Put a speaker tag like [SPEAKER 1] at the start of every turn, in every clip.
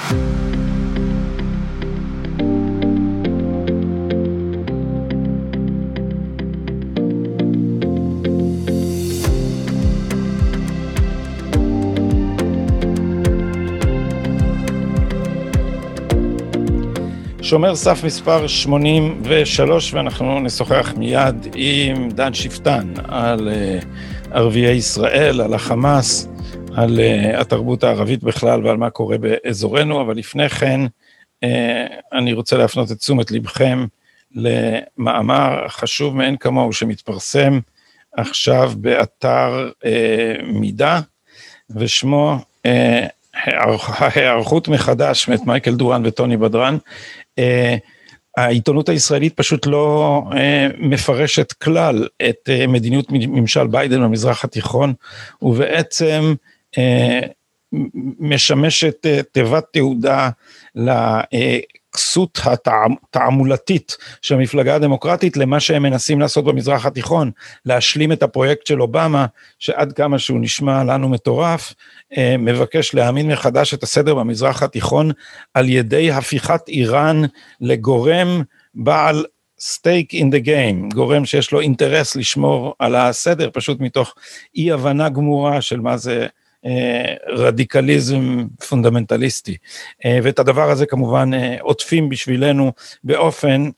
[SPEAKER 1] שומר סף מספר 83, ואנחנו נשוחח מיד עם דן שפטן על ערביי ישראל, על החמאס, על התרבות הערבית בכלל ועל מה קורה באזורנו, אבל לפני כן אני רוצה להפנות את תשומת לבכם למאמר חשוב מאין כמוהו שמתפרסם עכשיו באתר מידע, ושמו הערכות מחדש מאת מייקל דורן וטוני בדרן. העיתונות הישראלית פשוט לא מפרשת כלל את מדיניות ממשל ביידן במזרח התיכון, ובעצם משמשת תיבת תעודה לכסות התעמולתית של המפלגה הדמוקרטית למה שהם מנסים לעשות במזרח התיכון, להשלים את הפרויקט של אובמה, שעד כמה שהוא נשמע לנו מטורף, מבקש להאמין מחדש את הסדר במזרח התיכון, על ידי הפיכת איראן לגורם בעל stake in the game, גורם שיש לו אינטרס לשמור על הסדר, פשוט מתוך אי הבנה גמורה של מה זה רדיקליזם פונדמנטליסטי, ואת הדבר הזה כמובן עוטפים בשבילנו באופן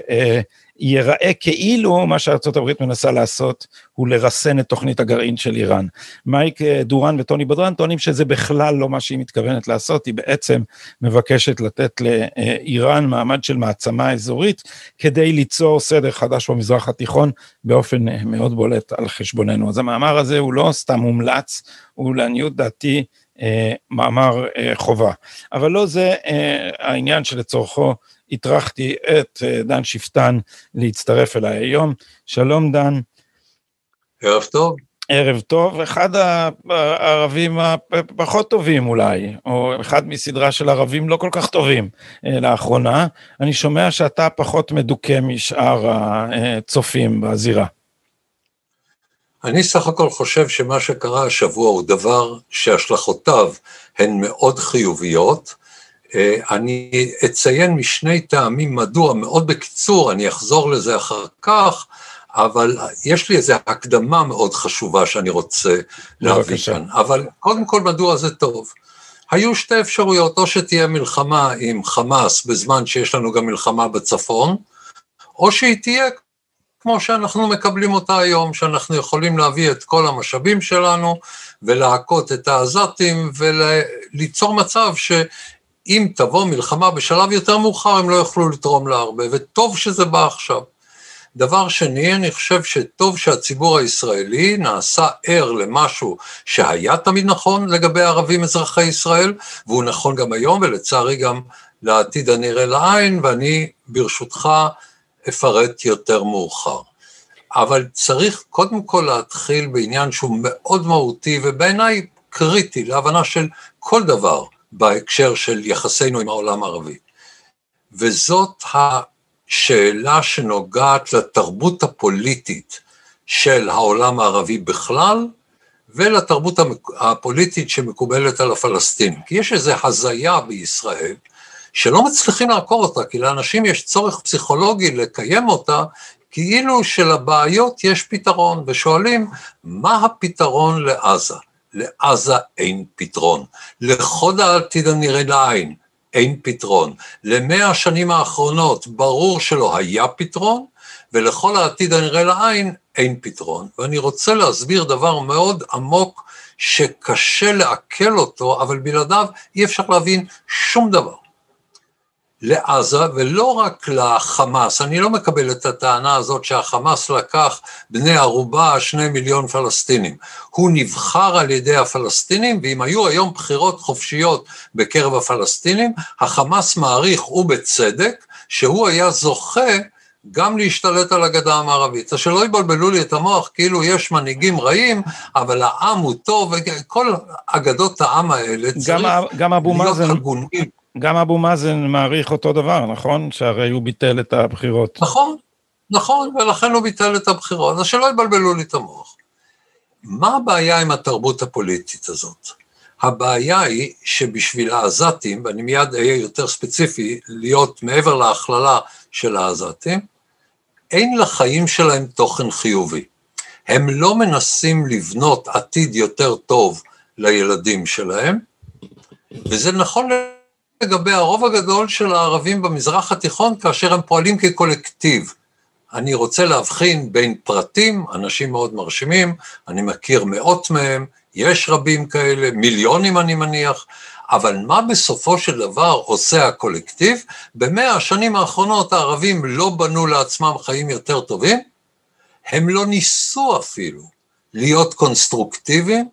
[SPEAKER 1] שיראה כאילו מה שארצות הברית מנסה לעשות הוא לרסן את תוכנית הגרעין של איראן. מייק דורן וטוני בדרן טוענים שזה בכלל לא מה שהיא מתכוונת לעשות, היא בעצם מבקשת לתת לאיראן מעמד של מעצמה אזורית, כדי ליצור סדר חדש במזרח התיכון באופן מאוד בולט על חשבוננו. אז המאמר הזה הוא לא סתם מומלץ, הוא לעניות דעתי מאמר חובה. אבל לא זה העניין שלצורכו התרחתי את דן שפטן להצטרף אליי היום. שלום דן.
[SPEAKER 2] ערב טוב.
[SPEAKER 1] ערב טוב. אחד הערבים הפחות טובים אולי, או אחד מסדרה של ערבים לא כל כך טובים לאחרונה. אני שומע שאתה פחות מדוכא משאר הצופים בזירה.
[SPEAKER 2] אני סך הכל חושב שמה שקרה השבוע הוא דבר שהשלכותיו הן מאוד חיוביות. אני אציין משני טעמים מדוע, מאוד בקיצור, אני אחזור לזה אחר כך, אבל יש לי איזו הקדמה מאוד חשובה שאני רוצה להביא כאן. אבל קודם כל מדוע זה טוב. היו שתי אפשרויות, או שתהיה מלחמה עם חמאס בזמן שיש לנו גם מלחמה בצפון, או שהיא תהיה כמו שאנחנו מקבלים אותה היום, שאנחנו יכולים להביא את כל המשאבים שלנו, ולהכות את העזתים, וליצור מצב שאם תבוא מלחמה בשלב יותר מאוחר, הם לא יוכלו לתרום לה הרבה, וטוב שזה בא עכשיו. דבר שני, אני חושב שטוב שהציבור הישראלי נעשה ער למשהו שהיה תמיד נכון לגבי ערבים אזרחי ישראל, והוא נכון גם היום, ולצערי גם לעתיד הנראה לעין, ואני ברשותך אפרט יותר מאוחר. אבל צריך קודם כל להתחיל בעניין שהוא מאוד מהותי, ובעיניי קריטי להבנה של כל דבר בהקשר של יחסינו עם העולם הערבי. וזאת השאלה שנוגעת לתרבות הפוליטית של העולם הערבי בכלל, ולתרבות הפוליטית שמקובלת על הפלסטינים. כי יש איזו הזיה בישראל, שלא מצליחים לעקור אותה, כי לאנשים יש צורך פסיכולוגי לקיים אותה, כאילו שלבעיות יש פתרון, ושואלים, מה הפתרון לעזה? לעזה אין פתרון. לכל העתיד הנראה לעין אין פתרון. ל100 השנים האחרונות ברור שלא היה פתרון, ולכל העתיד הנראה לעין אין פתרון. ואני רוצה להסביר דבר מאוד עמוק, שקשה לעכל אותו, אבל בלעדיו אי אפשר להבין שום דבר. לעזה, ולא רק לחמאס, אני לא מקבל את הטענה הזאת שהחמאס לקח בני ערובה 2 מיליון פלסטינים, הוא נבחר על ידי הפלסטינים, ואם היו היום בחירות חופשיות בקרב הפלסטינים, החמאס מעריך ובצדק, שהוא היה זוכה גם להשתלט על הגדה המערבית, אז שלא יבלבלו לי את המוח, כאילו יש מנהיגים רעים, אבל העם הוא טוב, וכל אגדות העם האלה צריך להיות הגונים.
[SPEAKER 1] גם אבו מאזן מעריך אותו דבר, נכון? שהרי הוא ביטל את הבחירות.
[SPEAKER 2] נכון, ולכן הוא ביטל את הבחירות, אז שלא יבלבלו לי את המוח. מה הבעיה עם התרבות הפוליטית הזאת? הבעיה היא שבשביל העזתים, ואני מיד אהיה יותר ספציפי, להיות מעבר להכללה של העזתים, אין לחיים שלהם תוכן חיובי. הם לא מנסים לבנות עתיד יותר טוב לילדים שלהם, וזה נכון לגבי הרוב הגדול של הערבים במזרח התיכון, כאשר הם פועלים כקולקטיב. אני רוצה להבחין בין פרטים, אנשים מאוד מרשימים, אני מכיר מאות מהם, יש רבים כאלה, מיליונים אני מניח, אבל מה בסופו של דבר עושה הקולקטיב? ב100 השנים האחרונות הערבים לא בנו לעצמם חיים יותר טובים, הם לא ניסו אפילו להיות קונסטרוקטיביים,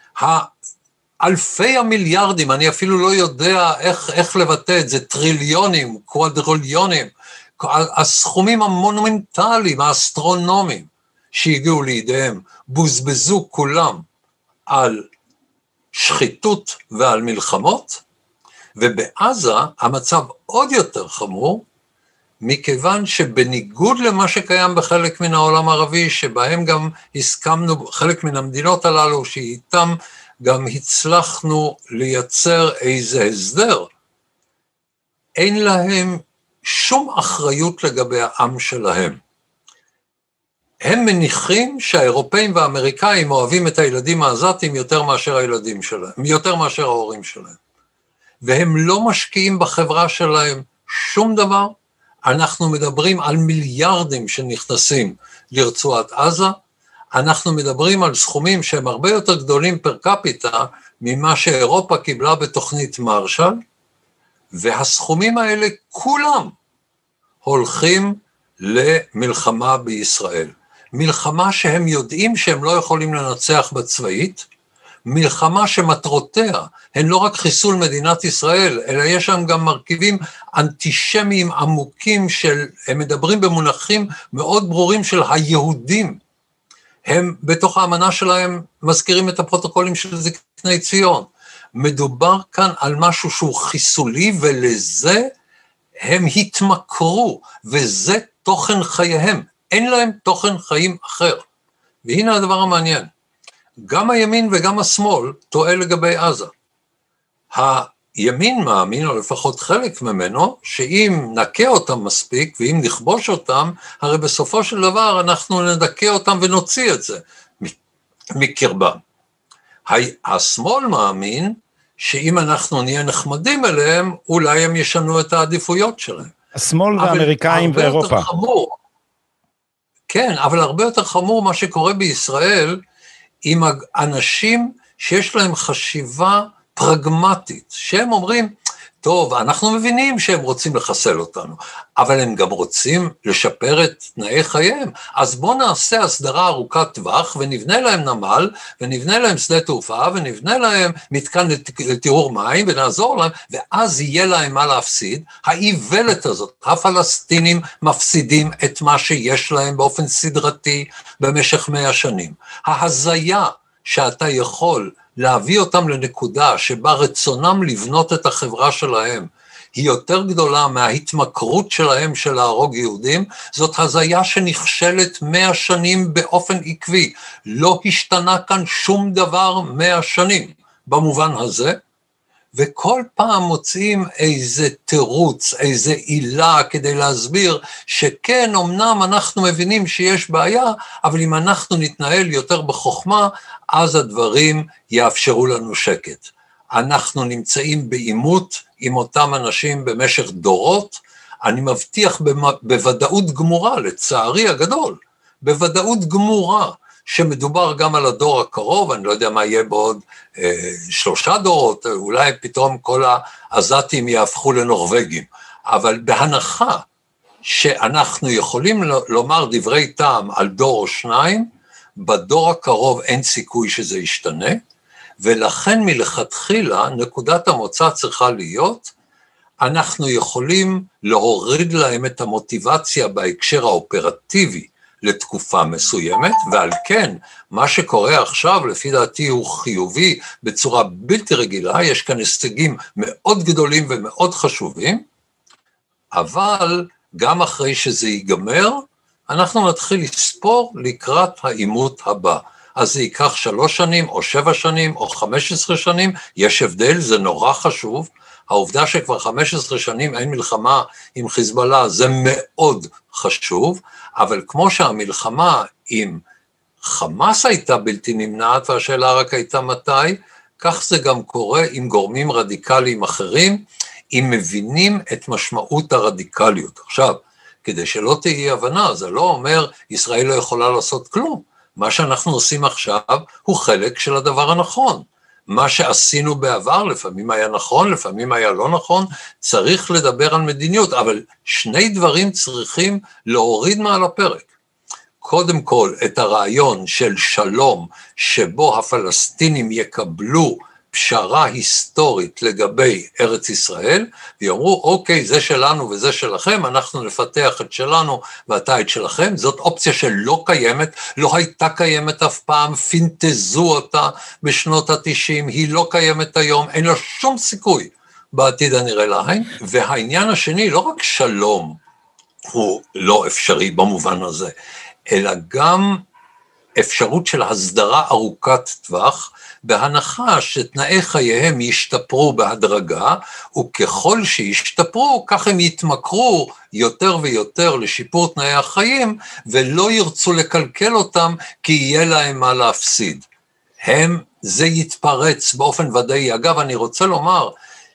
[SPEAKER 2] אלפי המיליארדים, אני אפילו לא יודע איך לבטא את זה, טריליונים, קוואדרוליונים, הסכומים המונומנטליים, האסטרונומיים שהגיעו לידיהם, בוזבזו כולם על שחיתות ועל מלחמות, ובעזה המצב עוד יותר חמור, מכיוון שבניגוד למה שקיים בחלק מן העולם הערבי, שבהם גם הסכמנו, חלק מן המדינות הללו, שאיתם גם הצלחנו לייצר איזה הסדר, אין להם שום אחריות לגבי העם שלהם. הם מניחים שהאירופאים והאמריקאים אוהבים את הילדים העזתים יותר מאשר הילדים שלהם, יותר מאשר ההורים שלהם. והם לא משקיעים בחברה שלהם שום דבר. אנחנו מדברים על מיליארדים שנכנסים לרצועת עזה, אנחנו מדברים על סכומים שהם הרבה יותר גדולים פר קפיטה ממה שאירופה קיבלה בתוכנית מרשל, והסכומים האלה כולם הולכים למלחמה בישראל. מלחמה שהם יודעים שהם לא יכולים לנצח בצבאית, מלחמה שמטרותיה הן לא רק חיסול מדינת ישראל, אלא יש שם גם מרכיבים אנטישמיים עמוקים הם מדברים במונחים מאוד ברורים של היהודים. הם בתוך האמנה שלהם מזכירים את הפרוטוקולים של זקני ציון. מדובר כאן על משהו שהוא חיסולי, ולזה הם התמכרו, וזה תוכן חייהם. אין להם תוכן חיים אחר. והנה הדבר המעניין. גם הימין וגם השמאל טועה לגבי עזה. הימין מאמין, או לפחות חלק ממנו, שאם נקה אותם מספיק, ואם נכבוש אותם, הרי בסופו של דבר אנחנו נדכא אותם ונוציא את זה מקרבם. השמאל מאמין שאם אנחנו נהיה נחמדים אליהם, אולי הם ישנו את העדיפויות שלהם.
[SPEAKER 1] השמאל והאמריקאים ואירופה.
[SPEAKER 2] כן, אבל הרבה יותר חמור מה שקורה בישראל, עם אנשים שיש להם חשיבה פרגמטית, שהם אומרים, טוב, אנחנו מבינים שהם רוצים לחסל אותנו, אבל הם גם רוצים לשפר את תנאי חייהם, אז בואו נעשה הסדרה ארוכת טווח, ונבנה להם נמל, ונבנה להם שדה תעופה, ונבנה להם מתקן לטיהור מים, ונעזור להם, ואז יהיה להם מה להפסיד. האיוולת הזאת, הפלסטינים מפסידים את מה שיש להם באופן סדרתי במשך 100 שנים. ההזיה שאתה יכול להביא אותם לנקודה שבה רצונם לבנות את החברה שלהם היא יותר גדולה מההתמכרות שלהם של להרוג יהודים, זאת הזיה שנכשלת 100 שנים באופן עקבי. לא השתנה כאן שום דבר 100 שנים במובן הזה, וכל פעם מוצאים איזה תירוץ, איזה עילה כדי להסביר שכן, אמנם אנחנו מבינים שיש בעיה, אבל אם אנחנו נתנהל יותר בחוכמה, אז הדברים יאפשרו לנו שקט. אנחנו נמצאים בעימות עם אותם אנשים במשך דורות, אני מבטיח בוודאות גמורה, לצערי הגדול, בוודאות גמורה, שמדובר גם על הדור הקרוב, אני לא יודע מה יהיה בעוד 3 דורות, אולי פתאום כל העזתים יהפכו לנורווגים, אבל בהנחה שאנחנו יכולים לומר דברי טעם על דור או 2, בדור הקרוב אין סיכוי שזה ישתנה, ולכן מלכתחילה נקודת המוצא צריכה להיות, אנחנו יכולים להוריד להם את המוטיבציה בהקשר האופרטיבי, לתקופה מסוימת, ועל כן, מה שקורה עכשיו, לפי דעתי, הוא חיובי בצורה בלתי רגילה, יש כאן הישגים מאוד גדולים ומאוד חשובים, אבל גם אחרי שזה ייגמר, אנחנו נתחיל לספור לקראת העימות הבא. אז זה ייקח 3 שנים, או 7 שנים, או 15 שנים, יש הבדל, זה נורא חשוב, העובדה שכבר 15 שנים אין מלחמה עם חיזבאללה, זה מאוד חשוב, אבל כמו שהמלחמה עם חמאס הייתה בלתי נמנעת, והשאלה רק הייתה מתי, כך זה גם קורה עם גורמים רדיקליים אחרים, אם מבינים את משמעות הרדיקליות. עכשיו, כדי שלא תהיה הבנה, זה לא אומר, ישראל לא יכולה לעשות כלום. מה שאנחנו עושים עכשיו, הוא חלק של הדבר הנכון. מה שעשינו בעבר, לפעמים היה נכון, לפעמים היה לא נכון, צריך לדבר על מדיניות, אבל שני דברים צריכים להוריד מעל הפרק. קודם כל, את הרעיון של שלום, שבו הפלסטינים יקבלו פשרה היסטורית לגבי ארץ ישראל, ויאמרו, אוקיי, זה שלנו וזה שלכם, אנחנו נפתח את שלנו ואתה את שלכם, זאת אופציה שלא קיימת, לא הייתה קיימת אף פעם, פינטזו אותה בשנות ה-90, היא לא קיימת היום, אין לה שום סיכוי בעתיד הנראה לעין, והעניין השני, לא רק שלום הוא לא אפשרי במובן הזה, אלא גם אפשרות של הסדרה ארוכת טווח, בהנחה שתנאי חייהם ישתפרו בהדרגה, וככל שישתפרו, כך הם יתמכרו יותר ויותר לשיפור תנאי החיים, ולא ירצו לקלקל אותם, כי יהיה להם מה להפסיד. זה יתפרץ באופן ודאי. אגב, אני רוצה לומר,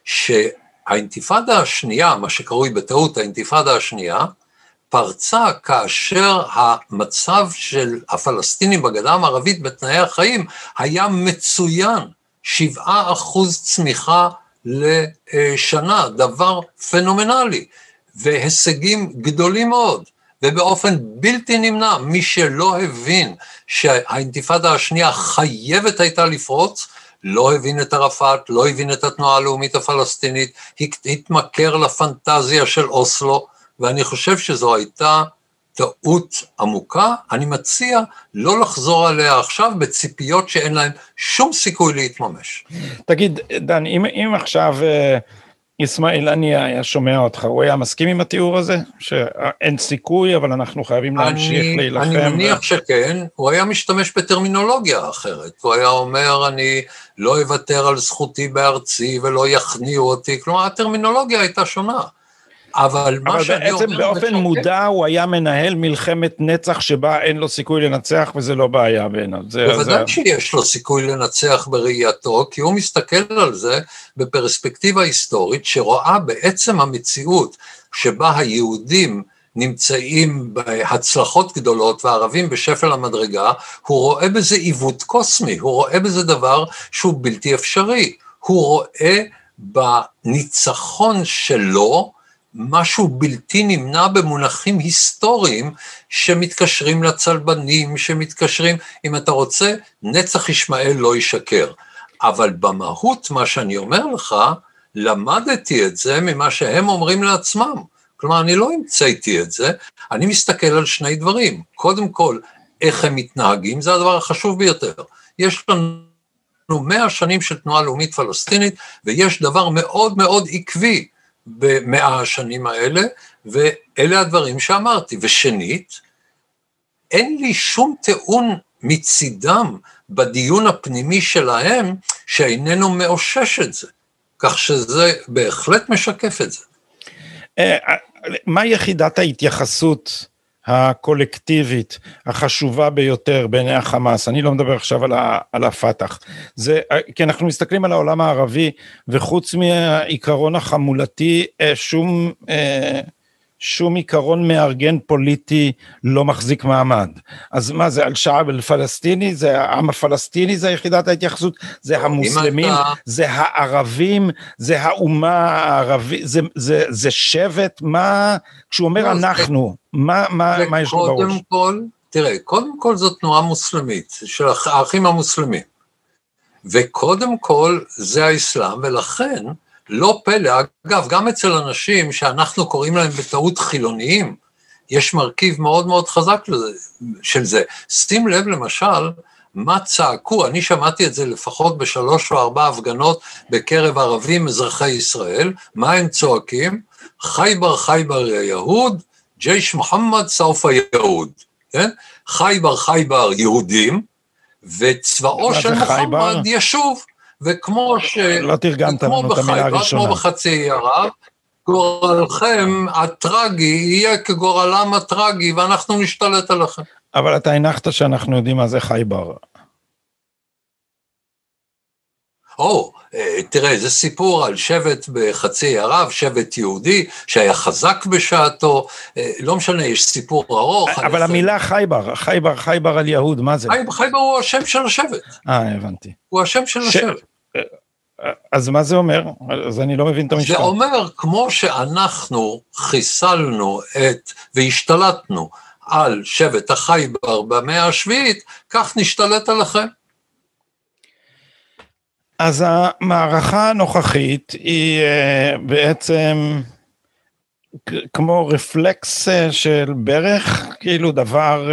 [SPEAKER 2] שהאינתיפאדה השנייה, מה שקרוי בטעות האינתיפאדה השנייה, פרצה כאשר המצב של הפלסטינים בגדה המערבית בתנאי החיים היה מצוין, 7% צמיחה לשנה, דבר פנומנלי, והישגים גדולים מאוד, ובאופן בלתי נמנע, מי שלא הבין שהאינתיפאדה השנייה חייבת הייתה לפרוץ, לא הבין את ערפאת, לא הבין את התנועה הלאומית הפלסטינית, התמכר לפנטזיה של אוסלו, ואני חושב שזו הייתה טעות עמוקה, אני מציע לא לחזור עליה עכשיו בציפיות שאין להם שום סיכוי להתממש.
[SPEAKER 1] תגיד, דן, אם עכשיו יסמעאל הנייה היה שומע אותך, הוא היה מסכים עם התיאור הזה? שאין סיכוי, אבל אנחנו חייבים להמשיך להילחם?
[SPEAKER 2] אני מניח שכן, הוא היה משתמש בטרמינולוגיה אחרת, הוא היה אומר, אני לא אוותר על זכותי בארצי ולא יכניעו אותי, כלומר הטרמינולוגיה הייתה שונה. אבל
[SPEAKER 1] בעצם באופן מודע הוא היה מנהל מלחמת נצח שבה אין לו סיכוי לנצח, וזה לא בעיה בעיניו.
[SPEAKER 2] בוודאי שיש לו סיכוי לנצח בראייתו, כי הוא מסתכל על זה בפרספקטיבה היסטורית, שרואה בעצם המציאות שבה היהודים נמצאים בהצלחות גדולות והערבים בשפל המדרגה, הוא רואה בזה עיוות קוסמי, הוא רואה בזה דבר שהוא בלתי אפשרי, הוא רואה בניצחון שלו, משהו בלתי נמנע במונחים היסטוריים שמתקשרים לצלבנים, שמתקשרים, אם אתה רוצה, נצח ישמעאל לא ישקר. אבל במהות מה שאני אומר לך, למדתי את זה ממה שהם אומרים לעצמם. כלומר, אני לא המצאתי את זה, אני מסתכל על שני דברים. קודם כל, איך הם מתנהגים, זה הדבר החשוב ביותר. יש לנו 100 שנים של תנועה לאומית פלסטינית, ויש דבר מאוד מאוד עקבי, ב100 השנים האלה, ואלה הדברים שאמרתי. ושנית, אין לי שום טיעון מצידם בדיון הפנימי שלהם, שאיננו מאושש את זה, כך שזה בהחלט משקף את זה.
[SPEAKER 1] מה יחידת ההתייחסות הקולקטיבית החשובה ביותר בעיני החמאס? אני לא מדבר עכשיו על הפתח, כי אנחנו מסתכלים על העולם הערבי, וחוץ מהעיקרון החמולתי, שום עיקרון מארגן פוליטי לא מחזיק מעמד. אז מה זה, אל-שעב אל-פלסטיני, זה העם הפלסטיני, זה יחידת ההתייחסות, זה המוסלמים, זה הערבים, זה האומה הערבית, זה שבט, מה, כשהוא אומר אנחנו, מה יש לו בראש?
[SPEAKER 2] קודם כל, תראה, קודם כל זו תנועה מוסלמית, של האחים המוסלמים, וקודם כל זה האסלאם, ולכן, לא פלא, אגב, גם אצל אנשים שאנחנו קוראים להם בטעות חילוניים, יש מרכיב מאוד מאוד חזק של זה. שים לב למשל, מה צעקו, אני שמעתי את זה לפחות ב3 או 4 הפגנות בקרב ערבים אזרחי ישראל, מה הם צועקים? חייבר חייבר יהוד, ג'יש מוחמד סוף היהוד, כן? חייבר חייבר יהודים, צבאו של מוחמד ישוב, וכמו
[SPEAKER 1] לא תרגמת לנו את המילה הראשונה.
[SPEAKER 2] כמו בחצי האי ערב, גורלכם הטרגי יהיה כגורלם הטרגי, ואנחנו נשתלט עליכם.
[SPEAKER 1] אבל אתה הנחת שאנחנו יודעים מה זה חייבר.
[SPEAKER 2] תראה, זה סיפור על שבט בחצי ערב, שבט יהודי, שהיה חזק בשעתו, לא משנה, יש סיפור ארוך.
[SPEAKER 1] אבל המילה חייבר על יהוד, מה זה?
[SPEAKER 2] חייבר הוא השם של השבט.
[SPEAKER 1] הבנתי.
[SPEAKER 2] הוא השם של השבט.
[SPEAKER 1] אז מה זה אומר? אז אני לא מבין את המשפט.
[SPEAKER 2] זה אומר, כמו שאנחנו חיסלנו והשתלטנו על שבט החייבר במאה השביעית, כך נשתלט עליכם.
[SPEAKER 1] אז המערכה הנוכחית היא בעצם כמו רפלקס של ברך, כאילו דבר...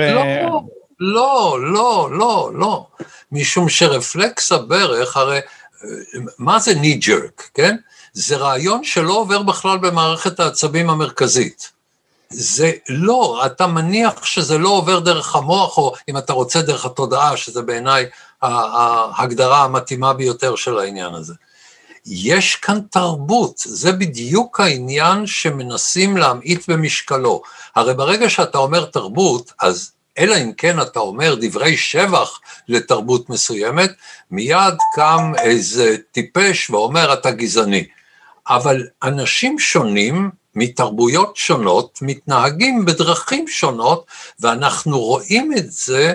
[SPEAKER 2] לא. משום שרפלקס הברך, הרי מה זה knee jerk, כן? זה רעיון שלא עובר בכלל במערכת העצבים המרכזית. זה לא, אתה מניח שזה לא עובר דרך המוח, או אם אתה רוצה דרך התודעה, שזה בעיניי ההגדרה המתאימה ביותר של העניין הזה. יש כאן תרבות, זה בדיוק העניין שמנסים להמעיט במשקלו. הרי ברגע שאתה אומר תרבות, אז אלא אם כן אתה אומר דברי שבח לתרבות מסוימת, מיד קם איזה טיפש ואומר אתה גזעני. אבל אנשים שונים מתרבויות שונות מתנהגים בדרכים שונות, ואנחנו רואים את זה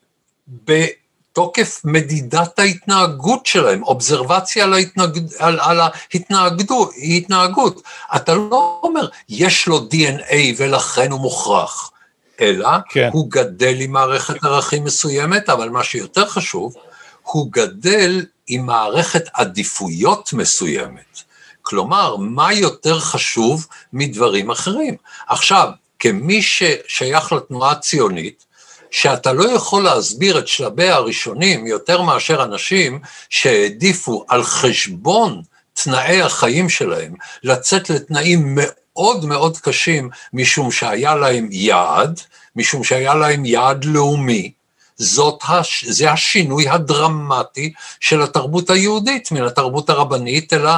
[SPEAKER 2] בתוקף מדידת ההתנהגות שלהם, אובזרבציה על ההתנהגות. אתה לא אומר, יש לו DNA ולכן הוא מוכרח, אלא כן. הוא גדל עם מערכת ערכים מסוימת, אבל מה שיותר חשוב, הוא גדל עם מערכת עדיפויות מסוימת. כלומר, מה יותר חשוב מדברים אחרים? עכשיו, כמי ששייך לתנועה הציונית, שאתה לא יכול להסביר את שלביה הראשונים יותר מאשר אנשים שהעדיפו על חשבון תנאי החיים שלהם, לצאת לתנאים מאוד מאוד קשים, משום שהיה להם יעד, משום שהיה להם יעד לאומי, זה השינוי הדרמטי של התרבות היהודית, מן התרבות הרבנית אל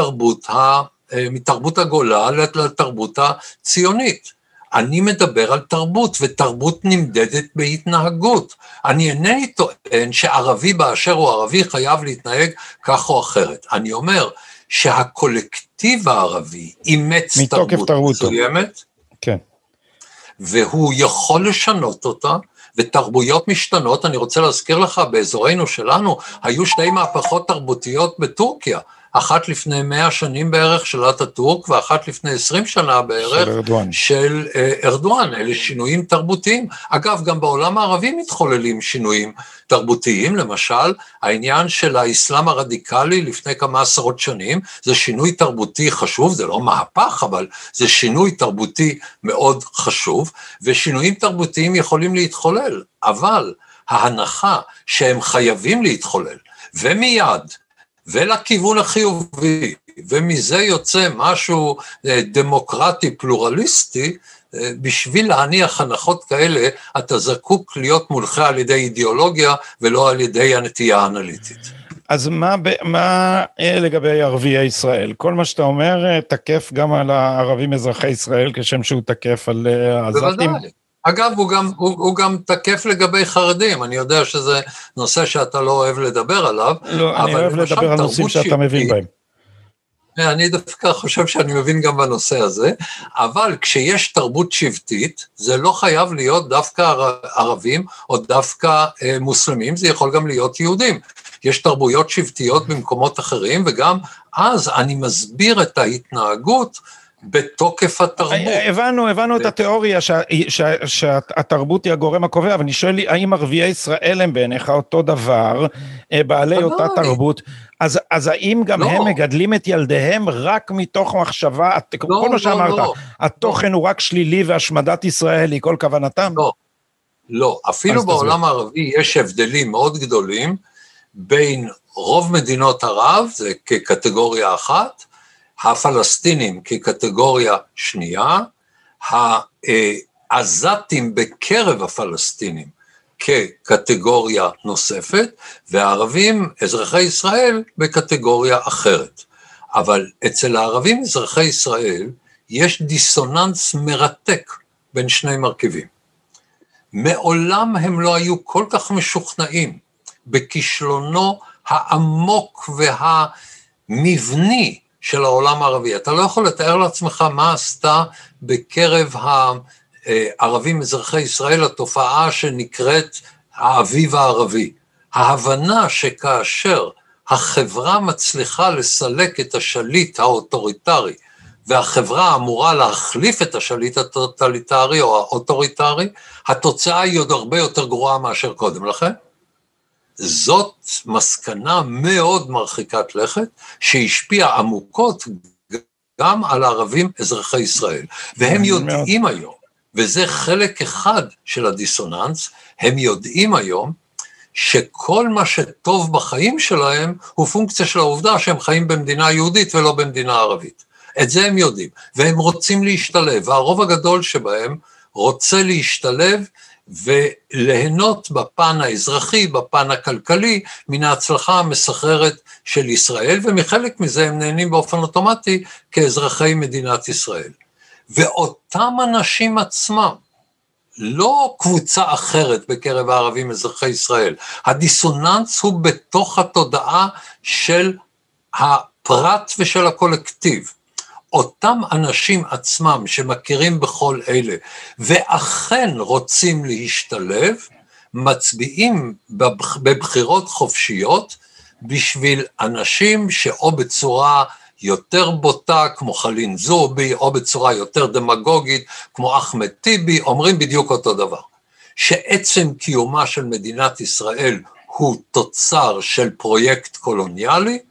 [SPEAKER 2] מתרבות הגולה לתרבות הציונית. אני מדבר על תרבות, ותרבות נמדדת בהתנהגות. אני אינני טוען שערבי באשר הוא ערבי חייב להתנהג כך או אחרת. אני אומר שהקולקטיב הערבי אימץ תרבות מסוימת,
[SPEAKER 1] כן.
[SPEAKER 2] והוא יכול לשנות אותה, ותרבויות משתנות. אני רוצה להזכיר לך, באזורנו שלנו, היו שתי מהפכות תרבותיות בטורקיה, אחת לפני 100 שנים בערך של אטאטורק, ואחת לפני 20 שנה בערך של ארדואן. אלה שינויים תרבותיים. אגב, גם בעולם הערבי מתחוללים שינויים תרבותיים, למשל, העניין של האסלאם הרדיקלי לפני כמה עשרות שנים, זה שינוי תרבותי חשוב, זה לא מהפך, אבל זה שינוי תרבותי מאוד חשוב, ושינויים תרבותיים יכולים להתחולל, אבל ההנחה שהם חייבים להתחולל, ומיד, ולכיוון החיובי, ומזה יוצא משהו דמוקרטי, פלורליסטי, בשביל להניח הנחות כאלה, אתה זקוק להיות מולחה על ידי אידיאולוגיה, ולא על ידי הנטייה האנליטית.
[SPEAKER 1] אז מה לגבי ערביי ישראל? כל מה שאתה אומר תקף גם על הערבים אזרחי ישראל, כשם שהוא תקף על העזתים?
[SPEAKER 2] בוודאי. אגב, הוא גם תקף לגבי חרדים, אני יודע שזה נושא שאתה לא אוהב לדבר עליו.
[SPEAKER 1] לא, אני אוהב לדבר על נושאים שאתה מבין בהם.
[SPEAKER 2] אני דווקא חושב שאני מבין גם בנושא הזה, אבל כשיש תרבות שבטית, זה לא חייב להיות דווקא ערבים או דווקא מוסלמים, זה יכול גם להיות יהודים. יש תרבויות שבטיות במקומות אחרים, וגם אז אני מסביר את ההתנהגות, בתוקף התרבות.
[SPEAKER 1] הבנו את התיאוריה שהתרבות היא הגורם הקובע, אבל אני שואל לי, האם ערביי ישראל הם בעיניך אותו דבר, בעלי אותה תרבות, אז האם גם הם מגדלים את ילדיהם רק מתוך מחשבה, כל מה שאמרת, התוכן הוא רק שלילי והשמדת ישראל היא כל כוונתם?
[SPEAKER 2] לא, אפילו בעולם הערבי יש הבדלים מאוד גדולים, בין רוב מדינות ערב, זה כקטגוריה אחת, הפלסטינים כקטגוריה שנייה, העזתים בקרב הפלסטינים כקטגוריה נוספת, והערבים, אזרחי ישראל, בקטגוריה אחרת. אבל אצל הערבים, אזרחי ישראל, יש דיסוננס מרתק בין שני מרכיבים. מעולם הם לא היו כל כך משוכנעים בכישלונו העמוק והמבני של העולם הערבי. אתה לא יכול לתאר לעצמך מה עשתה בקרב הערבים אזרחי ישראל התופעה שנקראת האביב הערבי. ההבנה שכאשר החברה מצליחה לסלק את השליט האוטוריטרי, והחברה אמורה להחליף את השליט הטוטליטרי או האוטוריטרי, התוצאה היא עוד הרבה יותר גרועה מאשר קודם לכן. זאת מסקנה מאוד מרחיקת לכת, שהשפיעה עמוקות גם על הערבים אזרחי ישראל. והם יודעים היום, וזה חלק אחד של הדיסוננס, הם יודעים היום שכל מה שטוב בחיים שלהם הוא פונקציה של העובדה שהם חיים במדינה יהודית ולא במדינה ערבית. את זה הם יודעים, והם רוצים להשתלב, והרוב הגדול שבהם רוצה להשתלב וליהנות בפן האזרחי, בפן הכלכלי, מן ההצלחה המסחררת של ישראל, ומחלק מזה הם נהנים באופן אוטומטי כאזרחי מדינת ישראל. ואותם אנשים עצמם, לא קבוצה אחרת בקרב הערבים אזרחי ישראל, הדיסוננס הוא בתוך התודעה של הפרט ושל הקולקטיב. אותם אנשים עצמם שמכירים בכל אלה, ואכן רוצים להשתלב, מצביעים בבחירות חופשיות, בשביל אנשים שאו בצורה יותר בוטה, כמו חלין זועבי, או בצורה יותר דמגוגית, כמו אחמד טיבי, אומרים בדיוק אותו דבר. שעצם קיומה של מדינת ישראל הוא תוצר של פרויקט קולוניאלי,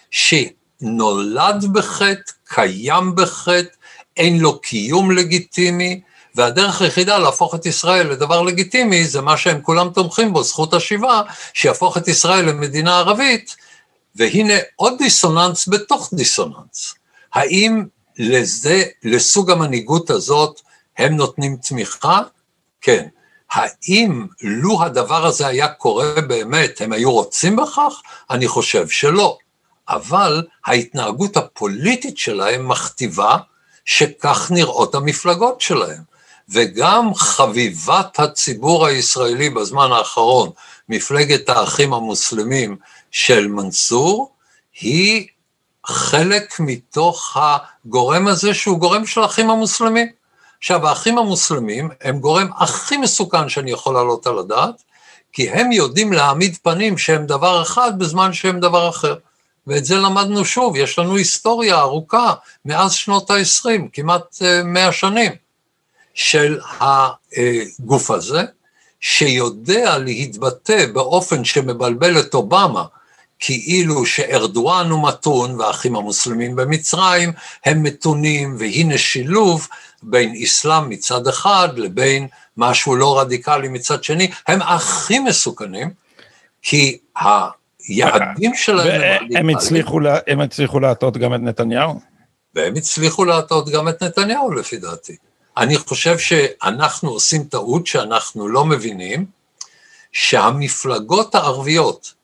[SPEAKER 2] שנולד בחטא, קיים בחטא, אין לו קיום לגיטימי, והדרך היחידה להפוך את ישראל לדבר לגיטימי, זה מה שהם כולם תומכים בו, זכות השיבה, שיהפוך את ישראל למדינה ערבית, והנה עוד דיסוננס בתוך דיסוננס. האם לסוג המנהיגות הזאת הם נותנים תמיכה? כן. האם לו הדבר הזה היה קורה באמת, הם היו רוצים בכך? אני חושב שלא. אבל ההתנהגות הפוליטית שלהם מכתיבה שכך נראות המפלגות שלהם. וגם חביבת הציבור הישראלי בזמן האחרון, מפלגת האחים המוסלמים של מנסור, היא חלק מתוך הגורם הזה שהוא גורם של האחים המוסלמים. עכשיו, האחים המוסלמים הם גורם הכי מסוכן שאני יכול לעלות על הדעת, כי הם יודעים להעמיד פנים שהם דבר אחד בזמן שהם דבר אחר. ואת זה למדנו שוב, יש לנו היסטוריה ארוכה, מאז שנות ה-20, כמעט 100 שנים, של הגוף הזה, שיודע להתבטא באופן שמבלבל את אובמה, כאילו שארדואן הוא מתון, והאחים המוסלמים במצרים הם מתונים, והנה שילוב בין אסלאם מצד אחד, לבין משהו לא רדיקלי מצד שני, הם הכי מסוכנים, כי היעדים שלהם
[SPEAKER 1] הם הצליחו להטות גם את נתניהו?
[SPEAKER 2] והם הצליחו להטות גם את נתניהו לפי דעתי. אני חושב שאנחנו עושים טעות שאנחנו לא מבינים, שהמפלגות הערביות,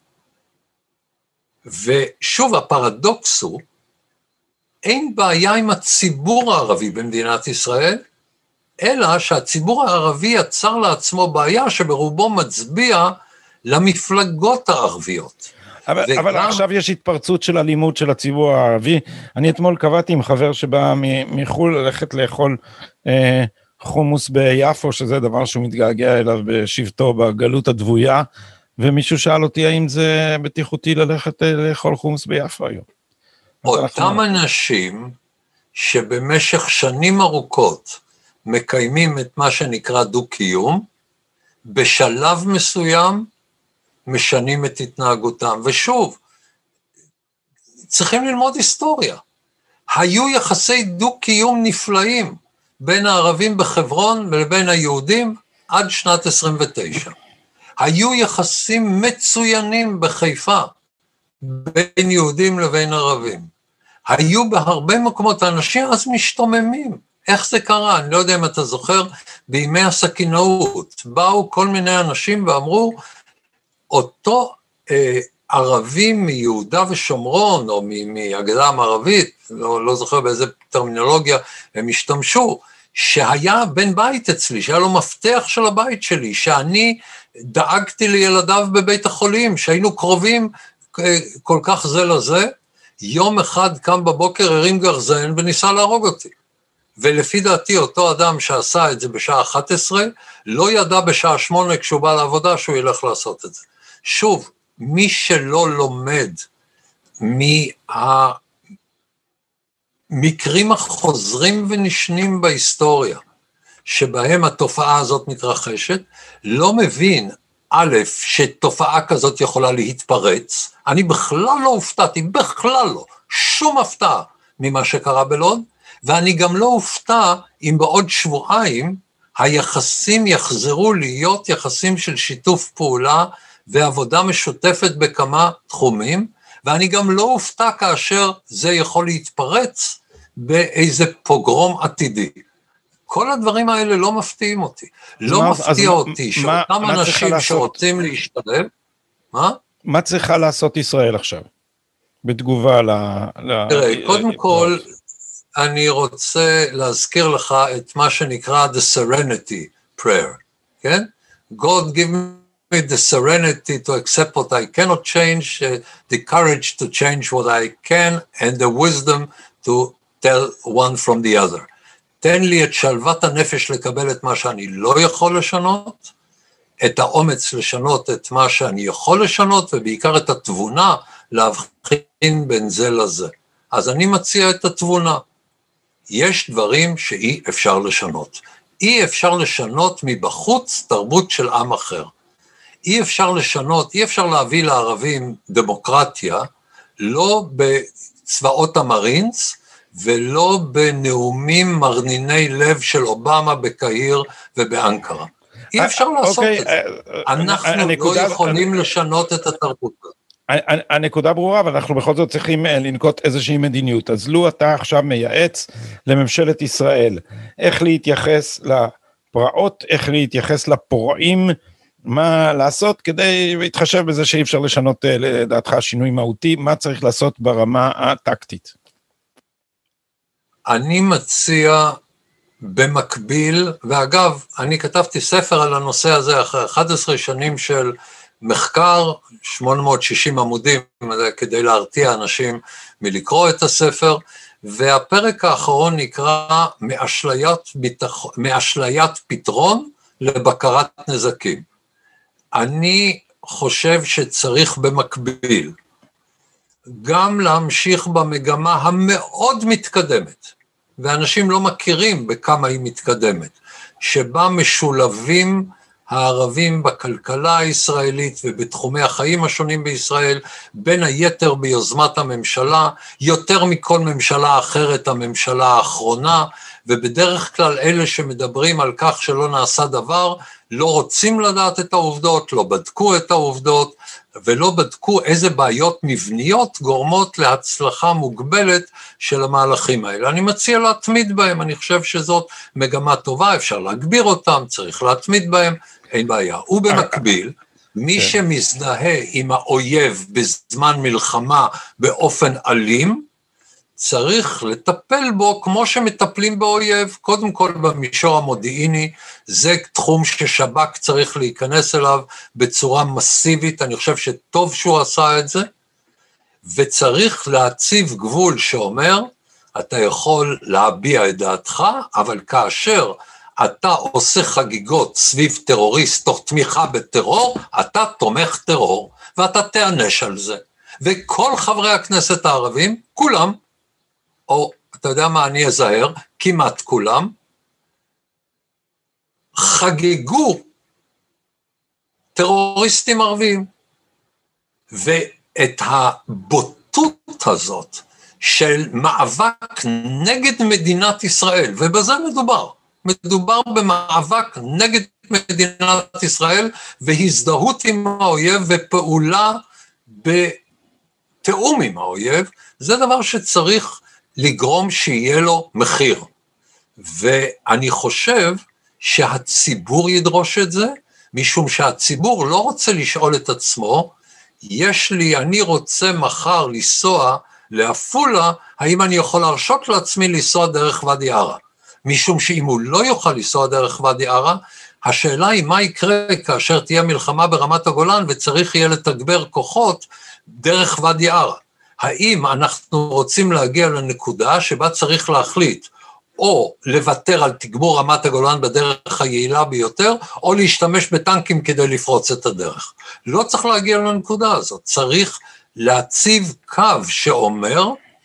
[SPEAKER 2] ושוב הפרדוקס הוא, אין בעיה עם הציבור הערבי במדינת ישראל, אלא שהציבור הערבי יצר לעצמו בעיה שברובו מצביע למפלגות הערביות.
[SPEAKER 1] אבל עכשיו יש התפרצות של אלימות של הציבור הערבי. אני אתמול קבעתי עם חבר שבא מחול ללכת לאכול חומוס ביפו, שזה דבר שהוא מתגעגע אליו בשבטו בגלות הדבויה, ומישהו שאל אותי האם זה בטיחותי ללכת לאכול חומוס ביפו היום.
[SPEAKER 2] אותם אנשים שבמשך שנים ארוכות מקיימים את מה שנקרא דו-קיום, בשלב מסוים משנים את התנהגותם, ושוב, צריכים ללמוד היסטוריה. היו יחסי דו-קיום נפלאים בין הערבים בחברון ולבין היהודים עד שנת 29. היו יחסים מצוינים בחיפה בין יהודים לבין ערבים. היו בהרבה מקומות, האנשים אז משתוממים. איך זה קרה? אני לא יודע אם אתה זוכר, בימי הסכינאות, באו כל מיני אנשים ואמרו, אותו ערבי מיהודה ושומרון, או מהגדה המערבית, לא זוכר באיזה טרמינולוגיה הם השתמשו, שהיה בן בית אצלי, שהיה לו מפתח של הבית שלי, שאני דאגתי לילדיו בבית החולים, שהיינו קרובים כל כך זה לזה, יום אחד קם בבוקר, הרים גרזן וניסה להרוג אותי. ולפי דעתי אותו אדם שעשה את זה בשעה 11, לא ידע בשעה 8 כשהוא בא לעבודה שהוא ילך לעשות את זה. שוב, מי שלא לומד מהמקרים החוזרים ונשנים בהיסטוריה, שבהם התופעה הזאת מתרחשת, לא מבין, א', שתופעה כזאת יכולה להתפרץ, אני בכלל לא הופתעתי, בכלל לא, שום הפתעה ממה שקרה בלוד, ואני גם לא הופתע אם בעוד שבועיים היחסים יחזרו להיות יחסים של שיתוף פעולה ועבודה משותפת בכמה תחומים, ואני גם לא הופתע כאשר זה יכול להתפרץ באיזה פוגרום עתידי. כל הדברים האלה לא מפתיעים אותי. לא מפתיע אותי שאותם אנשים שרוצים להשתלב,
[SPEAKER 1] מה צריכה לעשות ישראל עכשיו? בתגובה
[SPEAKER 2] תראה, קודם כל, אני רוצה להזכיר לך את מה שנקרא the serenity prayer, כן? God give me the serenity to accept what I cannot change, the courage to change what I can, and the wisdom to tell one from the other. תן לי את שלוות הנפש לקבל את מה שאני לא יכול לשנות, את האומץ לשנות את מה שאני יכול לשנות, ובעיקר את התבונה להבחין בין זה לזה. אז אני מציע את התבונה. יש דברים שאי אפשר לשנות. אי אפשר לשנות מבחוץ תרבות של עם אחר. אי אפשר לשנות, אי אפשר להביא לערבים דמוקרטיה, לא בצבאות המרינס, ולא בנאומים מרניני לב של אובמה בקהיר ובאנקרה. אי אפשר לעשות את זה. אנחנו לא יכולים לשנות את התרבות.
[SPEAKER 1] הנקודה ברורה, אבל אנחנו בכל זאת צריכים לנקוט איזושהי מדיניות. אז לו אתה עכשיו מייעץ לממשלת ישראל, איך להתייחס לפרעות, איך להתייחס לפורעים, מה לעשות כדי להתחשב בזה שאי אפשר לשנות לדעתך שינוי מהותי, מה צריך לעשות ברמה הטקטית?
[SPEAKER 2] אני מציע במקביל, ואגב, אני כתבתי ספר על הנושא הזה אחרי 11 שנים של מחקר, 860 עמודים, כדי להרתיע אנשים מלקרוא את הספר, והפרק האחרון נקרא מאשליית פתרון לבקרת נזקים. אני חושב שצריך במקביל, גם להמשיך במגמה המאוד מתקדמת, ואנשים לא מכירים בכמה היא מתקדמת, שבה משולבים הערבים בכלכלה הישראלית ובתחומי החיים השונים בישראל, בין היתר ביוזמת הממשלה, יותר מכל ממשלה אחרת הממשלה האחרונה, ובדרך כלל אלה שמדברים על כך שלא נעשה דבר, לא רוצים לדעת את העובדות, לא בדקו את העובדות, ולא בדקו איזה בעיות מבניות גורמות להצלחה מוגבלת של המהלכים האלה. אני מציע להתמיד בהם, אני חושב שזאת מגמה טובה, אפשר להגביר אותם, צריך להתמיד בהם, אין בעיה. ובמקביל, מי שמזדהה עם האויב בזמן מלחמה באופן אלים, צריך לטפל בו כמו שמטפלים באויב, קודם כל במישור המודיעיני, זה תחום ששב"כ צריך להיכנס אליו בצורה מסיבית, אני חושב שטוב שהוא עשה את זה, וצריך להציב גבול שאומר, אתה יכול להביע את דעתך, אבל כאשר אתה עושה חגיגות סביב טרוריסט תוך תמיכה בטרור, אתה תומך טרור, ואתה תענש על זה. וכל חברי הכנסת הערבים, כולם, או אתה יודע מה אני אזהר, כמעט כולם, חגגו טרוריסטים ערבים, ואת הבוטות הזאת של מאבק נגד מדינת ישראל, ובזה מדובר במאבק נגד מדינת ישראל, והזדהות עם האויב ופעולה בתאום עם האויב, זה דבר שצריך לגרום שיהיה לו מחיר. ואני חושב שהציבור ידרוש את זה, משום שהציבור לא רוצה לשאול את עצמו, אני רוצה מחר לנסוע לעפולה, האם אני יכול להרשות לעצמי לנסוע דרך ואדי ערה? משום שאם הוא לא יוכל לנסוע דרך ואדי ערה, השאלה היא מה יקרה כאשר תהיה מלחמה ברמת הגולן, וצריך יהיה לתגבר כוחות דרך ואדי ערה. האם אנחנו רוצים להגיע לנקודה שבה צריך להחליט, או לוותר על תגבור רמת הגולן בדרך היעילה ביותר, או להשתמש בטנקים כדי לפרוץ את הדרך. לא צריך להגיע לנקודה הזאת, צריך להציב קו שאומר,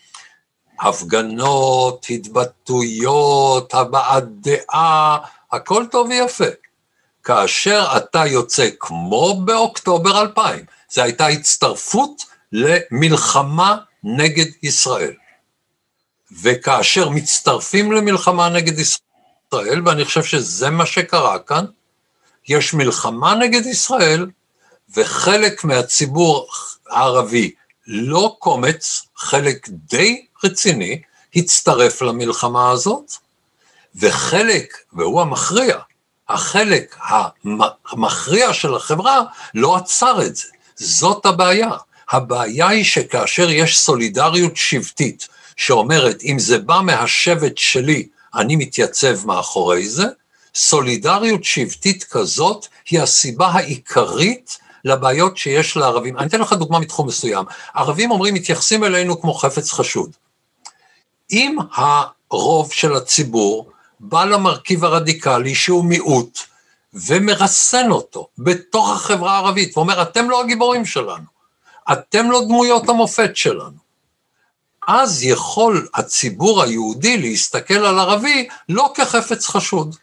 [SPEAKER 2] הפגנות, התבטאויות, הבעת דעה, הכל טוב ויפה. כאשר אתה יוצא כמו באוקטובר 2000, זו הייתה הצטרפות למלחמה נגד ישראל. וכאשר מצטרפים למלחמה נגד ישראל, ואני חושב שזה מה שקרה כאן, יש מלחמה נגד ישראל, וחלק מהציבור הערבי, לא קומץ, חלק די רציני, הצטרף למלחמה הזאת, וחלק, והוא המכריע, החלק המכריע של החברה לא עצר את זה. זאת הבעיה. הבעיה היא שכאשר יש סולידריות שבטית, שאומרת, אם זה בא מהשבט שלי, אני מתייצב מאחורי זה, סולידריות שבטית כזאת היא הסיבה העיקרית לבעיות שיש לערבים. אני אתן לך דוגמה מתחום מסוים. ערבים אומרים, מתייחסים אלינו כמו חפץ חשוד. אם הרוב של הציבור בא למרכיב הרדיקלי שהוא מיעוט, ומרסן אותו בתוך החברה הערבית, ואומר, אתם לא הגיבורים שלנו, אתם לא דמויות המופת שלנו, אז יכול הציבור היהודי להסתכל על ערבי לא כחפץ חשוד.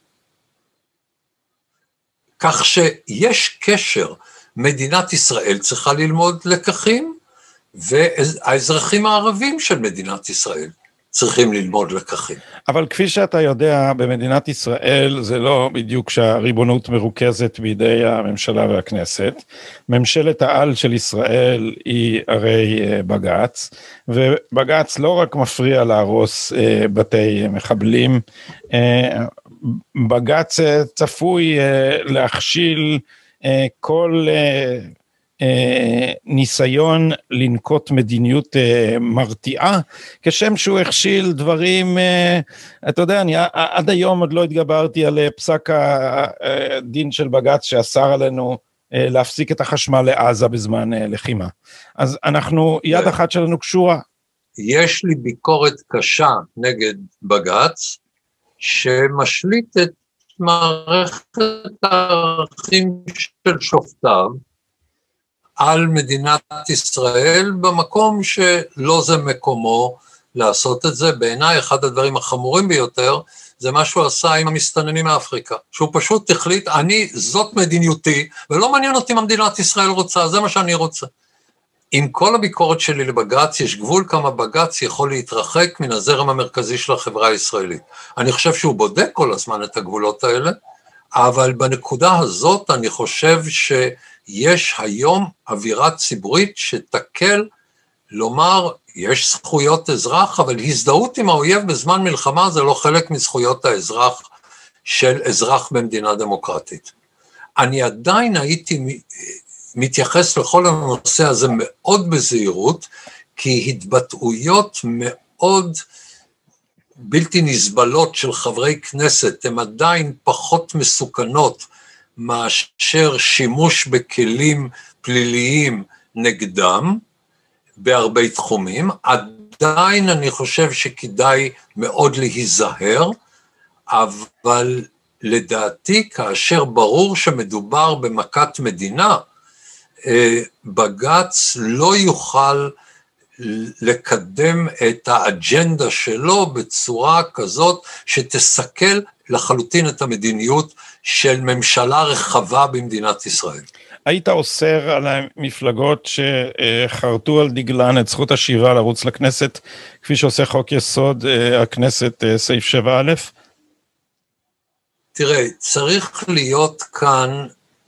[SPEAKER 2] כך שיש קשר, מדינת ישראל צריכה ללמוד לקחים, והאזרחים הערבים של מדינת ישראל צריכים ללמוד לקחים.
[SPEAKER 1] אבל כפי שאתה יודע, במדינת ישראל זה לא בדיוק שהריבונות מרוכזת בידי הממשלה והכנסת. ממשלת העל של ישראל היא הרי בג"ץ, ובג"ץ לא רק מפריע להרוס בתי מחבלים, בג"ץ צפוי להכשיל כל ניסיון לנקוט מדיניות מרתיעה, כשם שהוא הכשיל דברים, אתה יודע, אני עד היום עוד לא התגברתי על פסק הדין של בג"ץ שאסר עלינו להפסיק את החשמל לעזה בזמן לחימה. אז אנחנו, יד אחת שלנו קשורה.
[SPEAKER 2] יש לי ביקורת קשה נגד בג"ץ, שמשליט את מערכת הערכים של שופטיו, על מדינת ישראל, במקום שלא זה מקומו לעשות את זה. בעיניי אחד הדברים החמורים ביותר, זה מה שהוא עשה עם המסתננים מאפריקה, שהוא פשוט החליט, זאת מדיניותי, ולא מעניין אותי מה מדינת ישראל רוצה, זה מה שאני רוצה. עם כל הביקורת שלי לבג"ץ, יש גבול כמה בג"ץ יכול להתרחק מן הזרם המרכזי של החברה הישראלית. אני חושב שהוא בודק כל הזמן את הגבולות האלה, אבל בנקודה הזאת אני חושב שיש היום אווירה ציבורית שתקל לומר, יש זכויות אזרח, אבל הזדהות עם האויב בזמן מלחמה זה לא חלק מזכויות האזרח של אזרח במדינה דמוקרטית. אני עדיין הייתי מתייחס לכל הנושא הזה מאוד בזהירות, כי התבטאויות מאוד בלתי נסבלות של חברי כנסת, הן עדיין פחות מסוכנות מאשר שימוש בכלים פליליים נגדם, בהרבה תחומים. עדיין אני חושב שכדאי מאוד להיזהר, אבל לדעתי כאשר ברור שמדובר במכת מדינה, בג"ץ לא יוכל לקדם את האג'נדה שלו בצורה כזאת שתסכל לחלוטין את המדיניות של ממשלה רחבה במדינת ישראל.
[SPEAKER 1] היית אוסר על המפלגות שחרטו על דגלן את זכות השיבה לרוץ לכנסת, כפי שעושה חוק יסוד הכנסת סעיף 7א?
[SPEAKER 2] תראה, צריך להיות כאן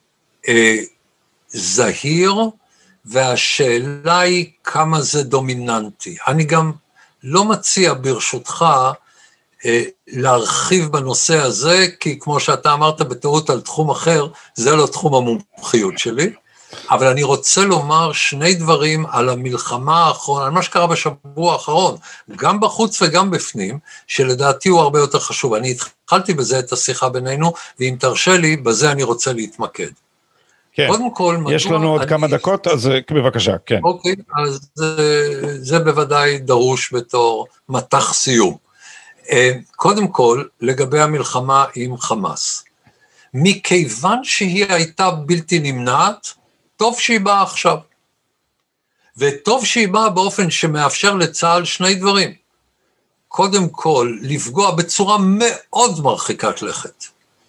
[SPEAKER 2] זהיר, והשאלה היא כמה זה דומיננטי. אני גם לא מציע ברשותך להרחיב בנושא הזה, כי כמו שאתה אמרת בטעות על תחום אחר, זה לא תחום המומחיות שלי, אבל אני רוצה לומר שני דברים על המלחמה האחרונה, על מה שקרה בשבוע האחרון, גם בחוץ וגם בפנים, שלדעתי הוא הרבה יותר חשוב. אני התחלתי בזה את השיחה בינינו, ואם תרשה לי, בזה אני רוצה להתמקד.
[SPEAKER 1] כן, קודם כל, יש לנו עוד כמה דקות, אז בבקשה, כן.
[SPEAKER 2] אוקיי, אז זה בוודאי דרוש בתור מתח סיום. קודם כל, לגבי המלחמה עם חמאס. מכיוון שהיא הייתה בלתי נמנעת, טוב שהיא באה עכשיו. וטוב שהיא באה באופן שמאפשר לצה"ל שני דברים. קודם כל, לפגוע בצורה מאוד מרחיקת לכת,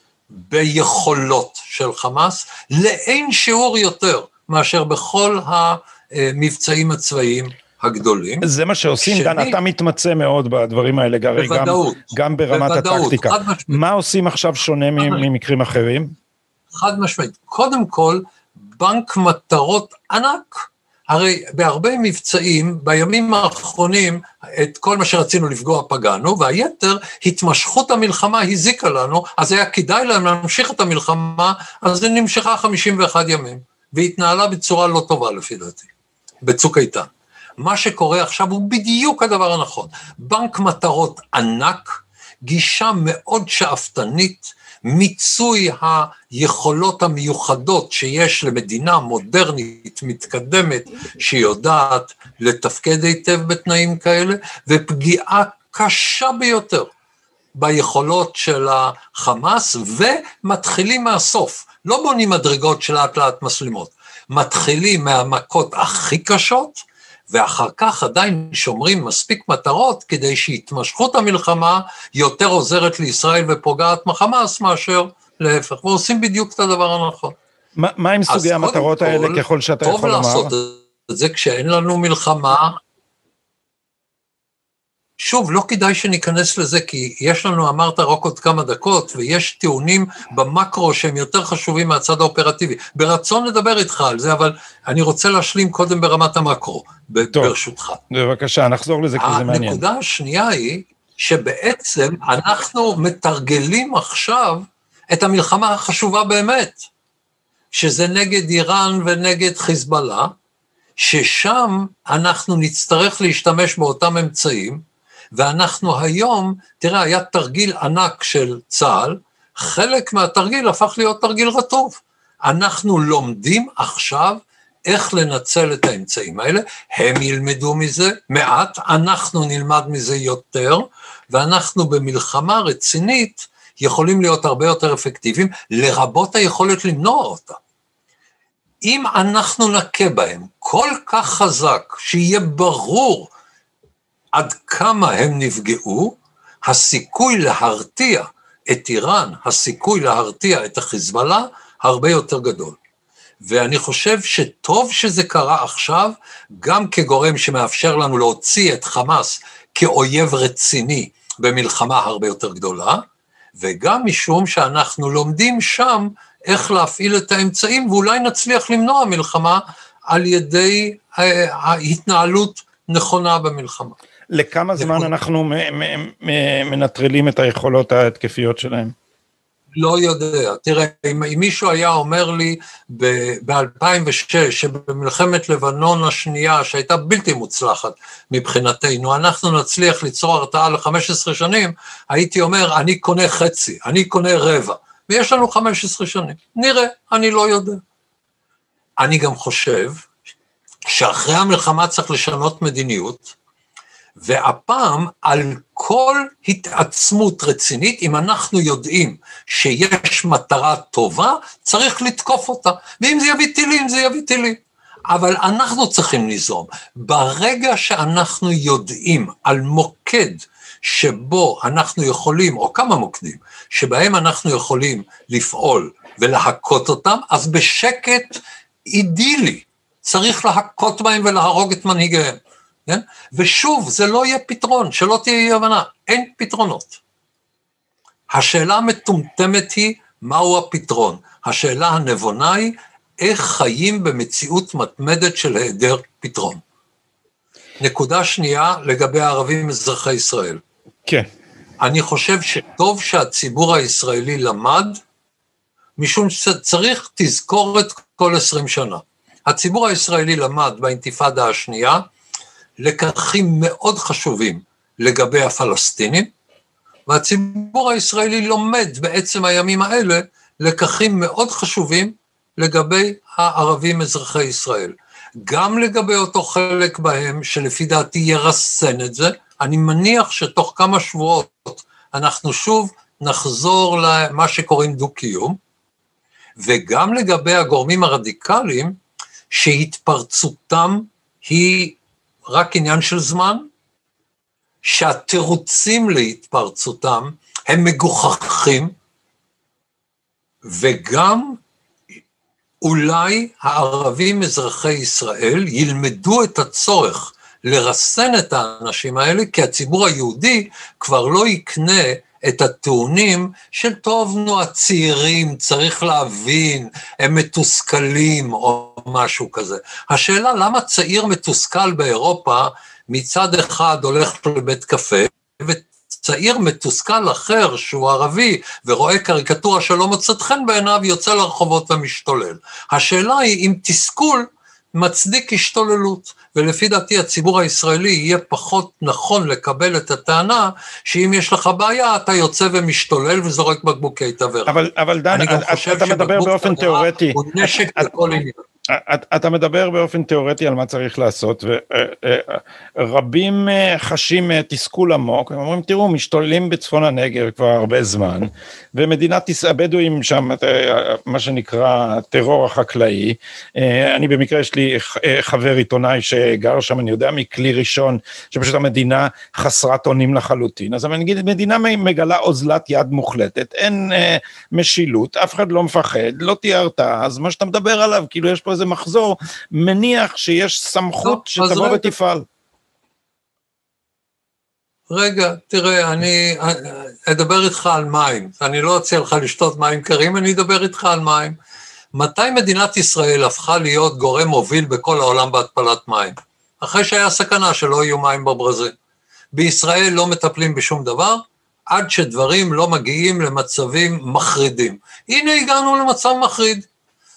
[SPEAKER 2] ביכולות של חמאס, לאין שיעור יותר מאשר בכל המבצעים הצבאיים הגדולים.
[SPEAKER 1] זה מה שעושים, דן, אתה מתמצא מאוד בדברים האלה, גם ברמת הטקטיקה. מה עושים עכשיו שונה ממקרים אחרים?
[SPEAKER 2] חד משמעית. קודם כל, בנק מטרות ענק. הרי בהרבה מבצעים, בימים האחרונים, את כל מה שרצינו לפגוע פגענו, והיתר, התמשכות המלחמה הזיקה לנו, אז היה כדאי להם להמשיך את המלחמה, אז זה נמשכה 51 ימים, והתנהלה בצורה לא טובה לפי דעתי, בצוק איתן. מה שקורה עכשיו הוא בדיוק הדבר הנכון. בנק מטרות ענק, גישה מאוד שאפתנית, מיצוי היכולות המיוחדות שיש למדינה מודרנית, מתקדמת, שיודעת לתפקד היטב בתנאים כאלה, ופגיעה קשה ביותר ביכולות של החמאס, ומתחילים מהסוף. לא בונים מדרגות שלאט לאט מסלימות, מתחילים מהמכות הכי קשות, ואחר כך עדיין שומרים מספיק מטרות, כדי שהתמשכות המלחמה יותר עוזרת לישראל ופוגעת מחמאס מאשר להפך, ועושים בדיוק את הדבר הנכון.
[SPEAKER 1] מה עם סוגי המטרות האלה ככל שאתה יכול לומר?
[SPEAKER 2] טוב לעשות את זה כשאין לנו מלחמה, שוב, לא כדאי שניכנס לזה, כי יש לנו, אמרת, רק עוד כמה דקות, ויש טיעונים במקרו שהם יותר חשובים מהצד האופרטיבי. ברצון לדבר איתך על זה, אבל אני רוצה להשלים קודם ברמת המקרו, ברשותך.
[SPEAKER 1] בבקשה, נחזור לזה כי זה מעניין.
[SPEAKER 2] הנקודה השנייה היא, שבעצם אנחנו מתרגלים עכשיו את המלחמה החשובה באמת, שזה נגד איראן ונגד חיזבאללה, ששם אנחנו נצטרך להשתמש באותם אמצעים, ואנחנו היום, תראה, היה תרגיל ענק של צה"ל, חלק מהתרגיל הפך להיות תרגיל רטוב. אנחנו לומדים עכשיו איך לנצל את האמצעים האלה, הם ילמדו מזה מעט, אנחנו נלמד מזה יותר, ואנחנו במלחמה רצינית יכולים להיות הרבה יותר אפקטיביים, לרבות היכולת למנוע אותה. אם אנחנו נקה בהם כל כך חזק, שיהיה ברור עד כמה הם נפגעו, הסיכוי להרתיע את איראן, הסיכוי להרתיע את החיזבאללה, הרבה יותר גדול. ואני חושב שטוב שזה קרה עכשיו, גם כגורם שמאפשר לנו להוציא את חמאס כאויב רציני במלחמה הרבה יותר גדולה, וגם משום שאנחנו לומדים שם איך להפעיל את האמצעים, ואולי נצליח למנוע מלחמה על ידי ההתנהלות נכונה במלחמה.
[SPEAKER 1] לכמה זמן אנחנו מנטרלים את היכולות ההתקפיות שלהם?
[SPEAKER 2] לא יודע. תראה, אם מישהו היה אומר לי ב-2006, שבמלחמת לבנון השנייה, שהייתה בלתי מוצלחת מבחינתנו, אנחנו נצליח ליצור הרתעה ל-15 שנים, הייתי אומר, אני קונה חצי, אני קונה רבע, ויש לנו 15 שנים. נראה, אני לא יודע. אני גם חושב שאחרי המלחמה צריך לשנות מדיניות, והפעם על כל התעצמות רצינית, אם אנחנו יודעים שיש מטרה טובה, צריך לתקוף אותה, ואם זה יביא טילים, זה יביא טילים. אבל אנחנו צריכים ליזום. ברגע שאנחנו יודעים על מוקד שבו אנחנו יכולים, או כמה מוקדים, שבהם אנחנו יכולים לפעול ולהכות אותם, אז בשקט אידילי צריך להכות בהם ולהרוג את מנהיגיהם. כן? ושוב, זה לא יהיה פתרון, שלא תהיה אי הבנה, אין פתרונות. השאלה המטומטמת היא, מהו הפתרון? השאלה הנבונה היא, איך חיים במציאות מתמדת של היעדר פתרון. נקודה שנייה, לגבי הערבים אזרחי ישראל.
[SPEAKER 1] כן.
[SPEAKER 2] אני חושב שטוב שהציבור הישראלי למד, משום שצריך תזכורת כל 20 שנה. הציבור הישראלי למד באינתיפאדה השנייה, לקחים מאוד חשובים לגבי הפלסטינים, והציבור הישראלי לומד בעצם הימים האלה, לקחים מאוד חשובים לגבי הערבים אזרחי ישראל. גם לגבי אותו חלק בהם, שלפי דעתי ירסן את זה, אני מניח שתוך כמה שבועות אנחנו שוב נחזור למה שקוראים דו-קיום, וגם לגבי הגורמים הרדיקליים, שהתפרצותם היא רק עניין של זמן, שהתירוצים להתפרצותם הם מגוחכים, וגם אולי הערבים אזרחי ישראל ילמדו את הצורך לרסן את האנשים האלה, כי הציבור היהודי כבר לא יקנה את הטיעונים של טוב, נו, הצעירים, צריך להבין, הם מתוסכלים או משהו כזה. השאלה למה צעיר מתוסכל באירופה מצד אחד הולך לבית קפה, וצעיר מתוסכל אחר שהוא ערבי ורואה קריקטורה שלא מוצאת חן בעיניו, יוצא לרחובות ומשתולל. השאלה היא אם תסכול מצדיק השתוללות, ולפי דעתי הציבור הישראלי יהיה פחות נכון לקבל את הטענה, שאם יש לך בעיה אתה יוצא ומשתולל וזורק בקבוקי תבערה.
[SPEAKER 1] אבל דן, אתה מדבר באופן תיאורטי.
[SPEAKER 2] הוא נשק לכל עניין.
[SPEAKER 1] אתה מדבר באופן תיאורטי על מה צריך לעשות, ורבים חשים תסכול עמוק, הם אומרים, תראו, משתוללים בצפון הנגב כבר הרבה זמן, ומדינת הבדואים שם, מה שנקרא טרור החקלאי, אני במקרה יש לי חבר עיתונאי שגר שם, אני יודע מכלי ראשון, שפשוט המדינה חסרת אונים לחלוטין, אז אני אגיד, מדינה מגלה אוזלת יד מוחלטת, אין משילות, אף אחד לא מפחד, לא תהיה הרתעה, אז מה שאתה מדבר עליו, כאילו יש פה איזה מחזור, מניח שיש סמכות שתבוא ותפעל.
[SPEAKER 2] רגע, תראה, אני אדבר איתך על מים, אני לא אציע לך לשתות מים קרים, אני אדבר איתך על מים. מתי מדינת ישראל הפכה להיות גורם מוביל בכל העולם בהתפלת מים? אחרי שהיה סכנה שלא יהיו מים בברזים. בישראל לא מטפלים בשום דבר, עד שדברים לא מגיעים למצבים מחרידים. הנה הגענו למצב מחריד.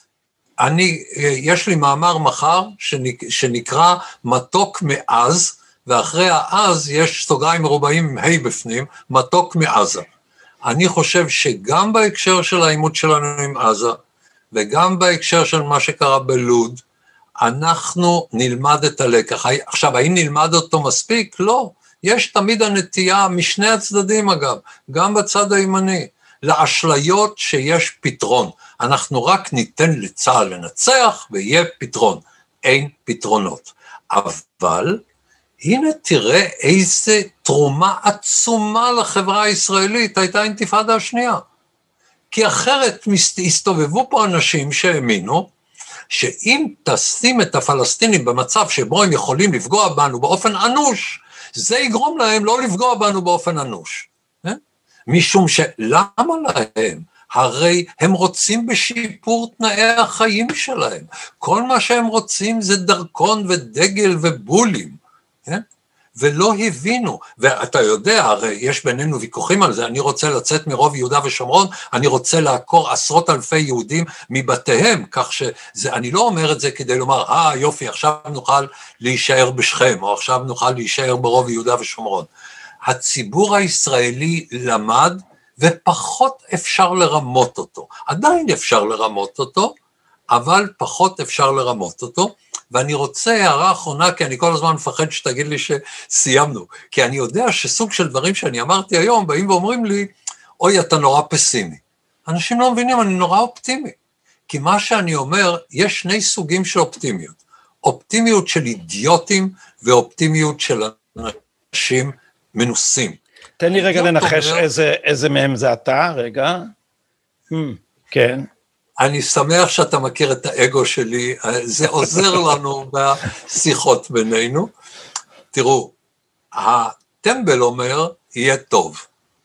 [SPEAKER 2] יש לי מאמר מחר שנקרא מתוק מאז, ואחרי האז יש סוגריים מרובעים עם ה' בפנים, מתוק מעזה. אני חושב שגם בהקשר של העימות שלנו עם עזה, וגם בהקשר של מה שקרה בלוד, אנחנו נלמד את הלקח. עכשיו, האם נלמד אותו מספיק? לא. יש תמיד הנטייה משני הצדדים אגב, גם בצד הימני, לאשליות שיש פתרון. אנחנו רק ניתן לצה"ל לנצח ויהיה פתרון. אין פתרונות. אבל הנה תראה איזה תרומה עצומה לחברה הישראלית הייתה האינתיפאדה השנייה. כי אחרת הסתובבו פה אנשים שהאמינו שאם תשים את הפלסטינים במצב שבו הם יכולים לפגוע בנו באופן אנוש, זה יגרום להם לא לפגוע בנו באופן אנוש. משום שלמה להם? הרי הם רוצים בשיפור תנאי החיים שלהם. כל מה שהם רוצים זה דרכון ודגל ובולים. ולא הבינו, ואתה יודע, הרי יש בינינו ויכוחים על זה, אני רוצה לצאת מרוב יהודה ושומרון, אני רוצה לעקור עשרות אלפי יהודים מבתיהם, כך שאני לא אומר את זה כדי לומר, יופי, עכשיו נוכל להישאר בשכם, או עכשיו נוכל להישאר ברוב יהודה ושומרון. הציבור הישראלי למד, ופחות אפשר לרמות אותו. עדיין אפשר לרמות אותו, אבל פחות אפשר לרמות אותו, ואני רוצה הערה אחרונה, כי אני כל הזמן מפחד שתגיד לי שסיימנו, כי אני יודע שסוג של דברים שאני אמרתי היום, באים ואומרים לי, אוי, אתה נורא פסימי. אנשים לא מבינים, אני נורא אופטימי, כי מה שאני אומר, יש שני סוגים של אופטימיות, אופטימיות של אידיוטים, ואופטימיות של אנשים מנוסים.
[SPEAKER 1] תן לי רגע לנחש איזה מהם זה אתה, רגע. כן.
[SPEAKER 2] אני שמח שאתה מכיר את האגו שלי, זה עוזר לנו בשיחות בינינו. תראו, הטמבל אומר, יהיה טוב.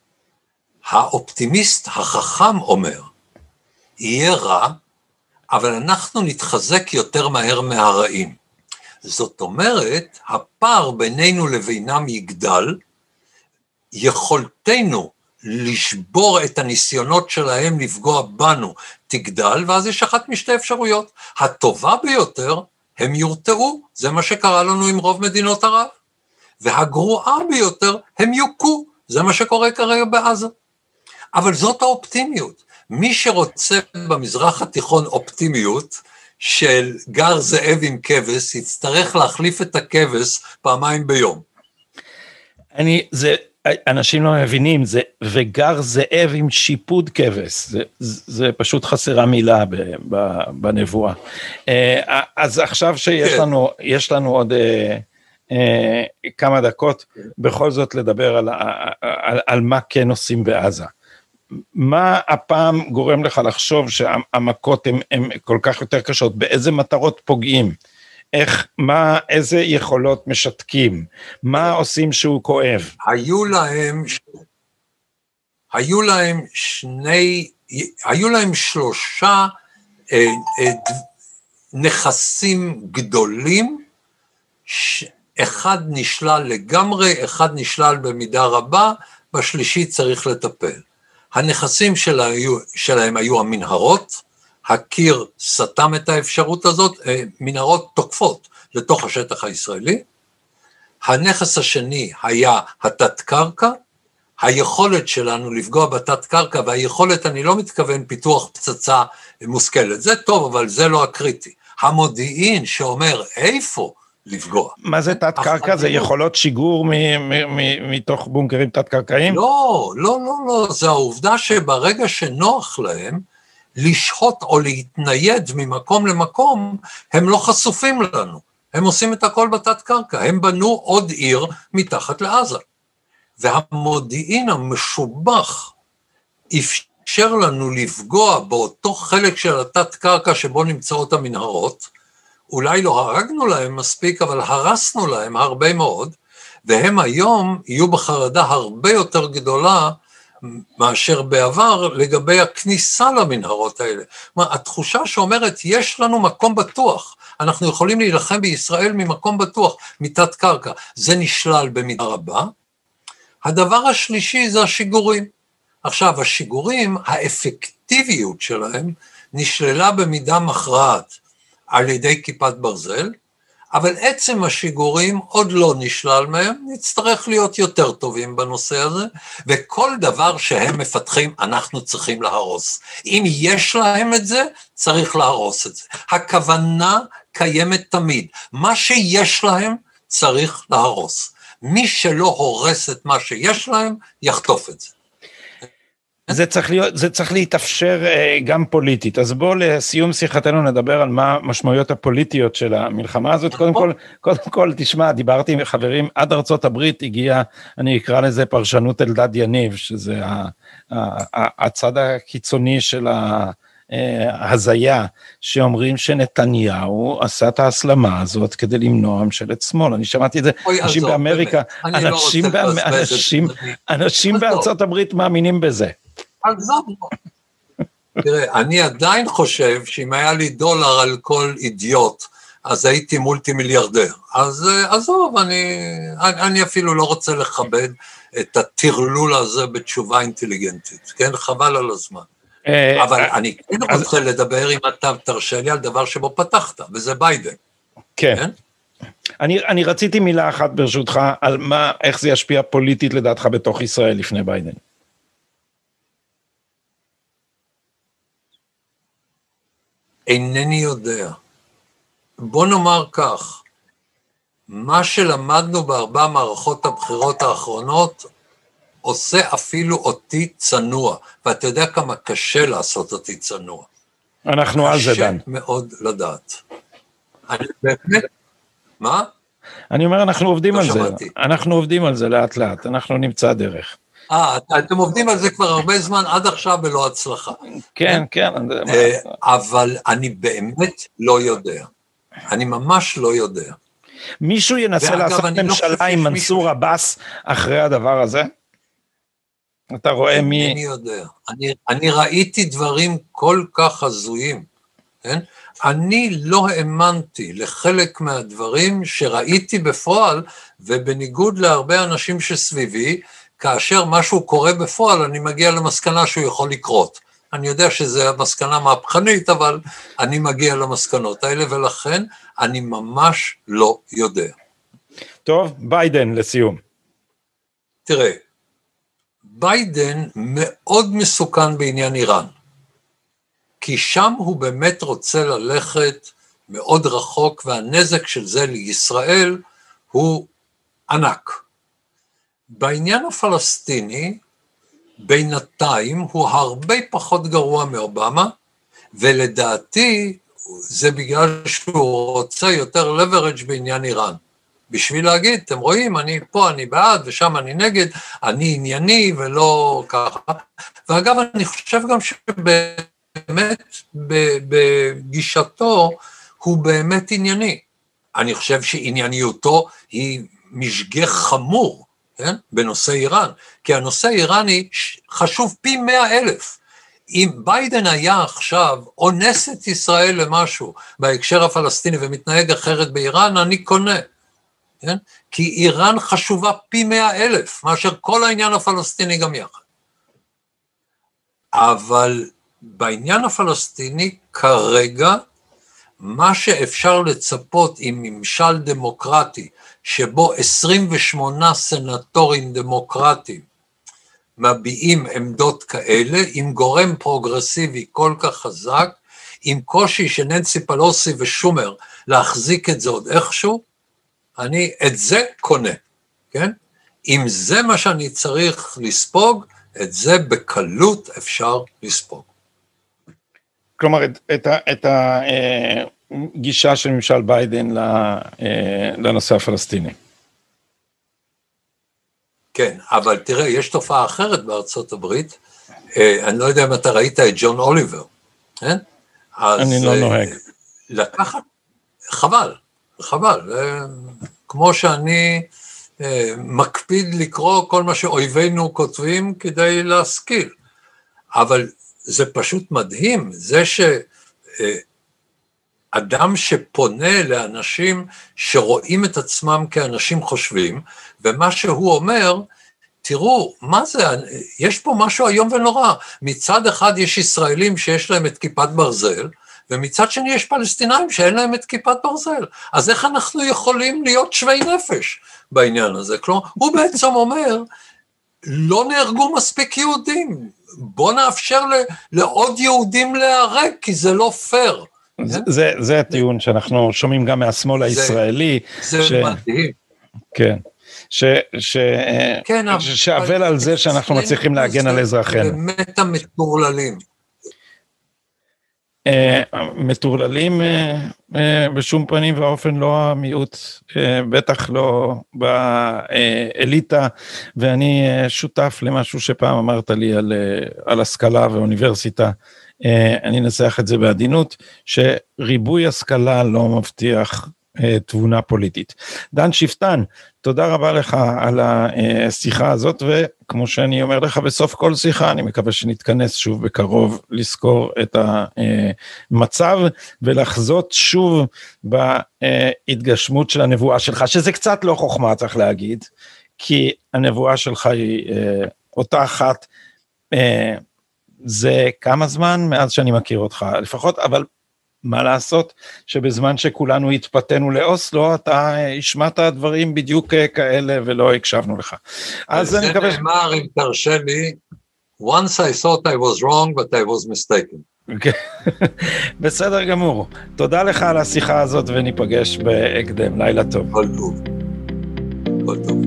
[SPEAKER 2] האופטימיסט החכם אומר, יהיה רע, אבל אנחנו נתחזק יותר מהר מהרעים. זאת אומרת, הפער בינינו לבינם יגדל, יכולתנו לשבור את הניסיונות שלהם לפגוע בנו תגדל, ואז יש אחת משתי אפשרויות. הטובה ביותר, הם יורתעו, זה מה שקרה לנו עם רוב מדינות ערב, והגרועה ביותר, הם יוקו, זה מה שקורה כרגע בעזה. אבל זאת האופטימיות. מי שרוצה במזרח התיכון אופטימיות, של גר זאב עם כבש, יצטרך להחליף את הכבש פעמיים ביום.
[SPEAKER 1] אנשים לא מבינים, זה וגר זאב עם שיפוד כבש, זה פשוט חסרה מילה בנבואה. אז עכשיו שיש לנו עוד כמה דקות, בכל זאת לדבר על מה כן עושים בעזה. מה הפעם גורם לך לחשוב שהמכות הן כל כך יותר קשות? באיזה מטרות פוגעים? איזה יכולות משתקים? מה עושים שהוא כואב?
[SPEAKER 2] היו להם שלושה נכסים גדולים, אחד נשלל לגמרי, אחד נשלל במידה רבה, בשלישי צריך לטפל. הנכסים שלהם היו המנהרות, הקיר סתם את האפשרות הזאת, מנהרות תוקפות לתוך השטח הישראלי. הנכס השני היה התת קרקע, היכולת שלנו לפגוע בתת קרקע, והיכולת, אני לא מתכוון פיתוח פצצה מושכלת, זה טוב, אבל זה לא הקריטי. המודיעין שאומר איפה לפגוע.
[SPEAKER 1] מה זה תת קרקע? זה יכולות שיגור מתוך בונקרים תת קרקעיים?
[SPEAKER 2] לא, זה העובדה שברגע שנוח להם, לשהות או להתנייד ממקום למקום, הם לא חשופים לנו, הם עושים את הכל בתת קרקע, הם בנו עוד עיר מתחת לעזה, והמודיעין המשובח אפשר לנו לפגוע באותו חלק של התת קרקע שבו נמצאות המנהרות, אולי לא הרגנו להם מספיק, אבל הרסנו להם הרבה מאוד, והם היום יהיו בחרדה הרבה יותר גדולה, מאשר בעבר, לגבי הכניסה למנהרות האלה. התחושה שאומרת, יש לנו מקום בטוח, אנחנו יכולים להילחם בישראל ממקום בטוח, מתת קרקע, זה נשלל במידה רבה. הדבר השלישי זה השיגורים. עכשיו, השיגורים, האפקטיביות שלהם, נשללה במידה מכרעת, על ידי כיפת ברזל, אבל עצם השיגורים עוד לא נשלל מהם, נצטרך להיות יותר טובים בנושא הזה, וכל דבר שהם מפתחים, אנחנו צריכים להרוס. אם יש להם את זה, צריך להרוס את זה. הכוונה קיימת תמיד. מה שיש להם, צריך להרוס. מי שלא הורס את מה שיש להם, יחטוף את זה.
[SPEAKER 1] זה צריך להתאפשר גם פוליטית, אז בואו לסיום שיחתנו נדבר על מה המשמעויות הפוליטיות של המלחמה הזאת. קודם כל תשמע, דיברתי עם חברים, עד ארצות הברית הגיעה, אני אקרא לזה פרשנות אלדד יניב, שזה הצד הקיצוני של ההזיה, שאומרים שנתניהו עשה את ההסלמה הזאת כדי למנוע ממשלת שמאל. אני שמעתי את זה, אנשים באמריקה, אנשים בארצות הברית מאמינים בזה.
[SPEAKER 2] תראה, אני עדיין חושב שאם היה לי דולר על כל אידיוט, אז הייתי מולטי מיליארדר. אז עזוב, אני אפילו לא רוצה לכבד את התרלול הזה בתשובה אינטליגנטית, כן? חבל על הזמן. אבל אני כן רוצה לדבר, אם אתה תרשה לי, על דבר שבו פתחת, וזה ביידן.
[SPEAKER 1] כן. אני רציתי מילה אחת ברשותך, על איך זה ישפיע פוליטית לדעתך בתוך ישראל לפני ביידן.
[SPEAKER 2] אינני יודע. בוא נאמר כך, מה שלמדנו בארבע מערכות הבחירות האחרונות, עושה אפילו אותי צנוע, ואתה יודע כמה קשה לעשות אותי צנוע.
[SPEAKER 1] אנחנו על זה דן.
[SPEAKER 2] קשה מאוד לדעת. אני באמת, מה?
[SPEAKER 1] אני אומר, אנחנו עובדים על זה, אנחנו עובדים על זה לאט לאט, אנחנו נמצא דרך.
[SPEAKER 2] אתם עובדים על זה כבר הרבה זמן, עד עכשיו בלא הצלחה.
[SPEAKER 1] כן, כן.
[SPEAKER 2] אבל אני באמת לא יודע. אני ממש לא יודע.
[SPEAKER 1] מישהו ינסה לעשות ממשלה עם מנסור עבאס אחרי הדבר הזה? אתה רואה מי...
[SPEAKER 2] אני יודע. אני ראיתי דברים כל כך הזויים. כן? אני לא האמנתי לחלק מהדברים שראיתי בפועל, ובניגוד להרבה אנשים שסביבי, כאשר משהו קורה בפועל, אני מגיע למסקנה שהוא יכול לקרות. אני יודע שזו המסקנה מהפכנית, אבל אני מגיע למסקנות האלה, ולכן אני ממש לא יודע.
[SPEAKER 1] טוב, ביידן לסיום.
[SPEAKER 2] תראה, ביידן מאוד מסוכן בעניין איראן, כי שם הוא באמת רוצה ללכת מאוד רחוק, והנזק של זה לישראל הוא ענק. בעניין הפלסטיני, בינתיים הוא הרבה פחות גרוע מאובמה, ולדעתי זה בגלל שהוא רוצה יותר leverage בעניין איראן. בשביל להגיד, אתם רואים, אני פה, אני בעד, ושם אני נגד, אני ענייני ולא ככה. ואגב, אני חושב גם שבאמת בגישתו הוא באמת ענייני. אני חושב שענייניותו היא משגה חמור, כן? בנושא איראן, כי הנושא האיראני חשוב פי 100,000. אם ביידן היה עכשיו אונס את ישראל למשהו בהקשר הפלסטיני ומתנהג אחרת באיראן, אני קונה. כן? כי איראן חשובה פי 100,000, מאשר כל העניין הפלסטיני גם יחד. אבל בעניין הפלסטיני כרגע, מה שאפשר לצפות עם ממשל דמוקרטי, שבו 28 סנטורים דמוקרטיים מביעים עמדות כאלה, עם גורם פרוגרסיבי כל כך חזק, עם קושי של ננסי פלוסי ושומר להחזיק את זה עוד איכשהו, אני את זה קונה, כן? אם זה מה שאני צריך לספוג, את זה בקלות אפשר לספוג.
[SPEAKER 1] כלומר, את הגישה של ממשל ביידן לנושא הפלסטיני.
[SPEAKER 2] כן, אבל תראה, יש תופעה אחרת בארצות הברית, אני לא יודע אם אתה ראית את ג'ון אוליבר, כן?
[SPEAKER 1] אני לא נוהג.
[SPEAKER 2] לקחת, חבל, כמו שאני מקפיד לקרוא כל מה שאויבינו כותבים כדי להשכיל, אבל זה פשוט מדהים, זה שאדם שפונה לאנשים שרואים את עצמם כאנשים חושבים, ומה שהוא אומר, תראו, מה זה, יש פה משהו היום ונורא, מצד אחד יש ישראלים שיש להם את כיפת ברזל, ומצד שני יש פלסטינאים שאין להם את כיפת ברזל, אז איך אנחנו יכולים להיות שווי נפש בעניין הזה? כלומר, הוא בעצם אומר, לא נהרגו מספיק יהודים, בוא נאפשר לעוד יהודים להיהרג, כי זה לא פייר.
[SPEAKER 1] זה הטיעון שאנחנו שומעים גם מהשמאל הישראלי.
[SPEAKER 2] זה מדהים.
[SPEAKER 1] כן. שעבל על זה שאנחנו מצליחים להגן על אזרחינו.
[SPEAKER 2] באמת המטורללים.
[SPEAKER 1] מטורללים בשום פנים ואופן לא המיעוט, בטח לא באליטה, ואני שותף למשהו שפעם אמרת לי על השכלה ואוניברסיטה, אני אנסח את זה בעדינות, שריבוי השכלה לא מבטיח תבונה פוליטית. דן שפטן, תודה רבה לך על השיחה הזאת, וכמו שאני אומר לך בסוף כל שיחה, אני מקווה שנתכנס שוב בקרוב לזכור את המצב, ולחזות שוב בהתגשמות של הנבואה שלך, שזה קצת לא חוכמה צריך להגיד, כי הנבואה שלך היא אותה אחת, זה כמה זמן מאז שאני מכיר אותך, לפחות, אבל מה לעשות שבזמן שכולנו התפתנו לאוסלו, אתה השמעת דברים בדיוק כאלה ולא הקשבנו לך. אז אני מקווה...
[SPEAKER 2] זה נאמר, אם תרשה לי, once I thought I was wrong, but I was mistaken.
[SPEAKER 1] בסדר גמור. תודה לך על השיחה הזאת, וניפגש בהקדם. לילה טוב.
[SPEAKER 2] כל טוב. כל טוב.